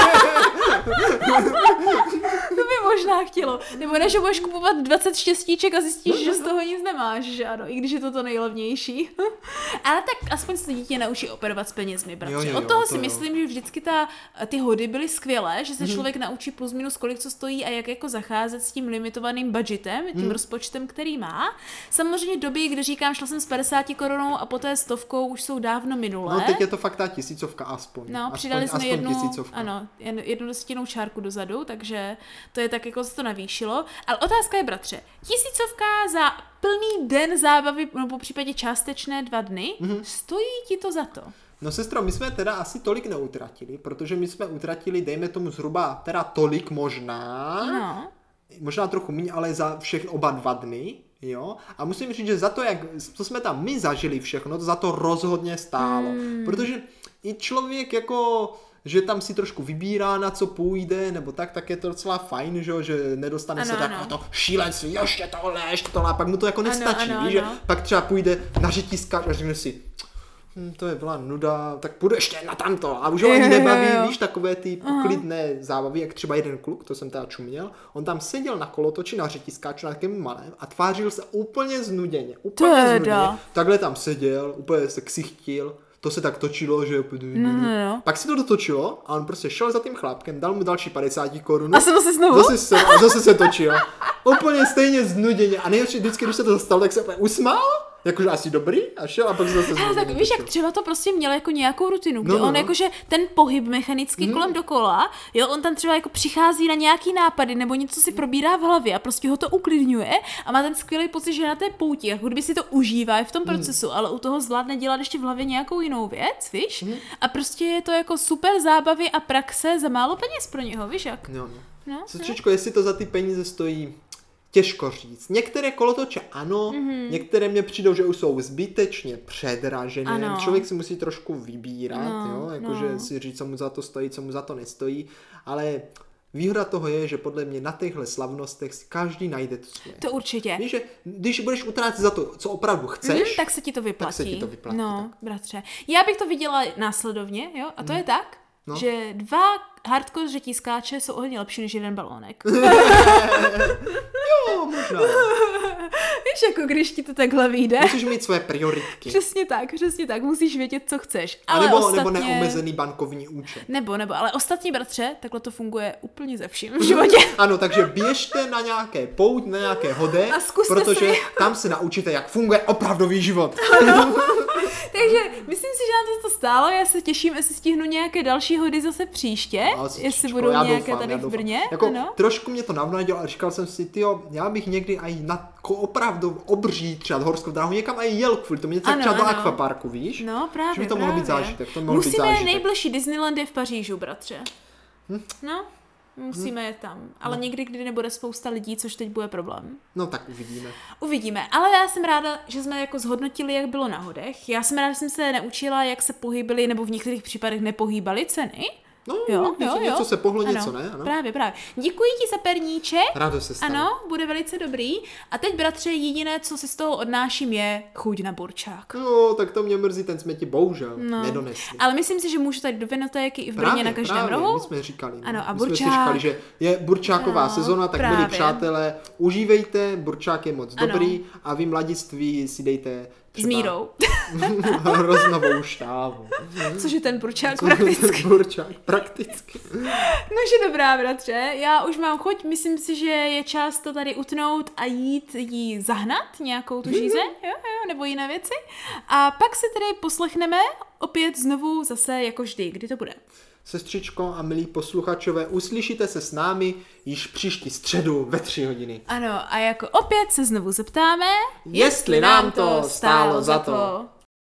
to by možná chtělo. Nebo ne, že budeš kupovat dvacet štěstíček a zjistíš, že z toho nic nemáš, že ano, i když je to to nejlevnější. Ale tak aspoň se to dítě naučí operovat s penězmi, bratře. Jo, jo, jo, Od toho to si jo. myslím, že vždycky ta, ty hody byly skvělé, že se člověk naučí plus minus kolik co stojí a jak jako zacházet s tím limitovaným budgetem, tím Hmm. rozpočtem, který má. Samozřejmě doby, kdy říkám, šla jsem s padesáti korunou a poté stovkou, už jsou dávno minulé. No teď je to fakt ta tisícovka aspoň. No, aspoň, přidali jsme aspoň jednu, tisícovka. ano, jen- jednu desetinnou čárku dozadu, takže to je tak, jako se to navýšilo. Ale otázka je, bratře, tisícovka za plný den zábavy, nebo po případě částečné dva dny, mm-hmm. stojí ti to za to? No sestro, my jsme teda asi tolik neutratili, protože my jsme utratili, dejme tomu zhruba teda tolik možná, No. možná trochu méně, ale za všech oba dva dny, jo. A musím říct, že za to, jak, co jsme tam my zažili všechno, to za to rozhodně stálo. Mm. Protože i člověk jako, že tam si trošku vybírá, na co půjde, nebo tak, tak je to docela fajn, že, že nedostane Ano, se tak ano. to šílenství, ještě tohle, ještě tohle, a pak mu to jako nestačí, ano, víš, ano. že pak třeba půjde na řetízkač a řekne si, hm, to je byla nuda, tak půjdu ještě na tamto. A už ho ani nebaví, víš, takové ty poklidné zábavy, jak třeba jeden kluk, to jsem teda čuměl, on tam seděl na kolotoči na řetízkáču na takém malém a tvářil se úplně znuděně. Úplně Teda. znuděně. Takhle tam seděl, úplně se ksichtil, to se tak točilo, že No, no, no. pak se to dotočilo a on prostě šel za tím chlápkem, dal mu další padesát korun. A se to se znovu? Zase se, a zase se točil. Úplně stejně znuděně. A nejhorší, vždycky, když se to stalo, tak se úplně usmál, jakože asi dobrý, a šel a pak se zase Ale znuděně tak víš, jak točil. třeba to prostě měl jako nějakou rutinu, kde No, no, on no. jakože ten pohyb mechanický Mhm. kolem dokola, jo, on tam třeba jako přichází na nějaký nápady nebo něco si probírá v hlavě a prostě ho to uklidňuje a má ten skvělý pocit, že na té pouti, jako kdyby si to užívá i v tom procesu, ale u toho zvládne dělat ještě v hlavě nějakou jinou věc, víš? A prostě je to jako super zábavy a praxe za málo peněz pro něho, víš jak? No, no. No, Sestřičko, jestli to za ty peníze stojí, těžko říct. Některé kolotoče ano, mm-hmm. některé mě přijdou, že už jsou zbytečně předražené. Ano. Člověk si musí trošku vybírat, No, jo, jakože no. si říct, co mu za to stojí, co mu za to nestojí, ale Výhoda toho je, že podle mě na těchto slavnostech si každý najde to svoje. To určitě. Víš, že když budeš utrácet za to, co opravdu chceš, mm, tak se ti to vyplatí. Tak se ti to vyplatí. No, tak. bratře. Já bych to viděla následovně, jo? A to mm. je tak, no. že dva hardcore řetízkáče jsou hodně lepší než jeden balónek. Jo, možná. Víš, jako když ti to takhle vyjde. Musíš mít své prioritky. Přesně tak, přesně tak. Musíš vědět, co chceš. Ale ale nebo, ostatně... nebo neomezený bankovní účet. Nebo, nebo, ale ostatní bratře, takhle to funguje úplně ze vším v životě. Ano, takže běžte na nějaké pouť, na nějaké hode, protože si... tam se naučíte, jak funguje opravdový život. Ano. Takže myslím si, že nám to stálo. Já se těším, jestli stihnu nějaké další hody zase příště. No, jestli budou nějaké doufám, tady v Brně. Jako, ano. Trošku mě to navnadilo, ale říkal jsem si, tyjo, já bych někdy aj na opravdu obří třeba horskou dráhu někam aj jel kvůli tomu, něco třeba do akvaparku, víš? No právě, že by to právě. mohlo být zážitek. To mohl Musíme být zážitek. nejbližší Disneylandy v Pařížu, bratře. Hm? No, musíme hm? jet tam. Ale no. někdy, kdy nebude spousta lidí, což teď bude problém. No tak uvidíme. Uvidíme. Ale já jsem ráda, že jsme jako zhodnotili, jak bylo na hodech. Já jsem ráda, že jsem se naučila, jak se pohybily, nebo v některých případech nepohýbaly ceny. No, jo, něco, jo, něco se pohlo, ano, něco ne. Ano. Právě, právě. Děkuji ti za perníček. Rádo se stalo. Ano, bude velice dobrý. A teď, bratře, jediné, co si z toho odnáším, je chuť na burčák. No, tak to mě mrzí, ten jsme ti bohužel no. nedonesli. Ale myslím si, že můžu tady do vinotéky i v Brně právě, na každém právě, rohu. My jsme říkali. No. Ano, a my burčák. jsme si říkali, že je burčáková no, sezona, tak právě. milí přátelé, užívejte, burčák je moc ano. dobrý a vy mladiství si dejte s mírou. hroznovou štávu. Což je ten burčák prakticky. burčák prakticky. Nože dobrá, bratře, já už mám chuť, myslím si, že je čas to tady utnout a jít jí zahnat, nějakou tu žíze, jo, jo, nebo jiné věci. A pak si tedy poslechneme opět znovu zase jako vždy, kdy to bude. Sestřičko a milí posluchačové, uslyšíte se s námi již příští středu ve tři hodiny. Ano, a jako opět se znovu zeptáme, jestli nám to stálo za to.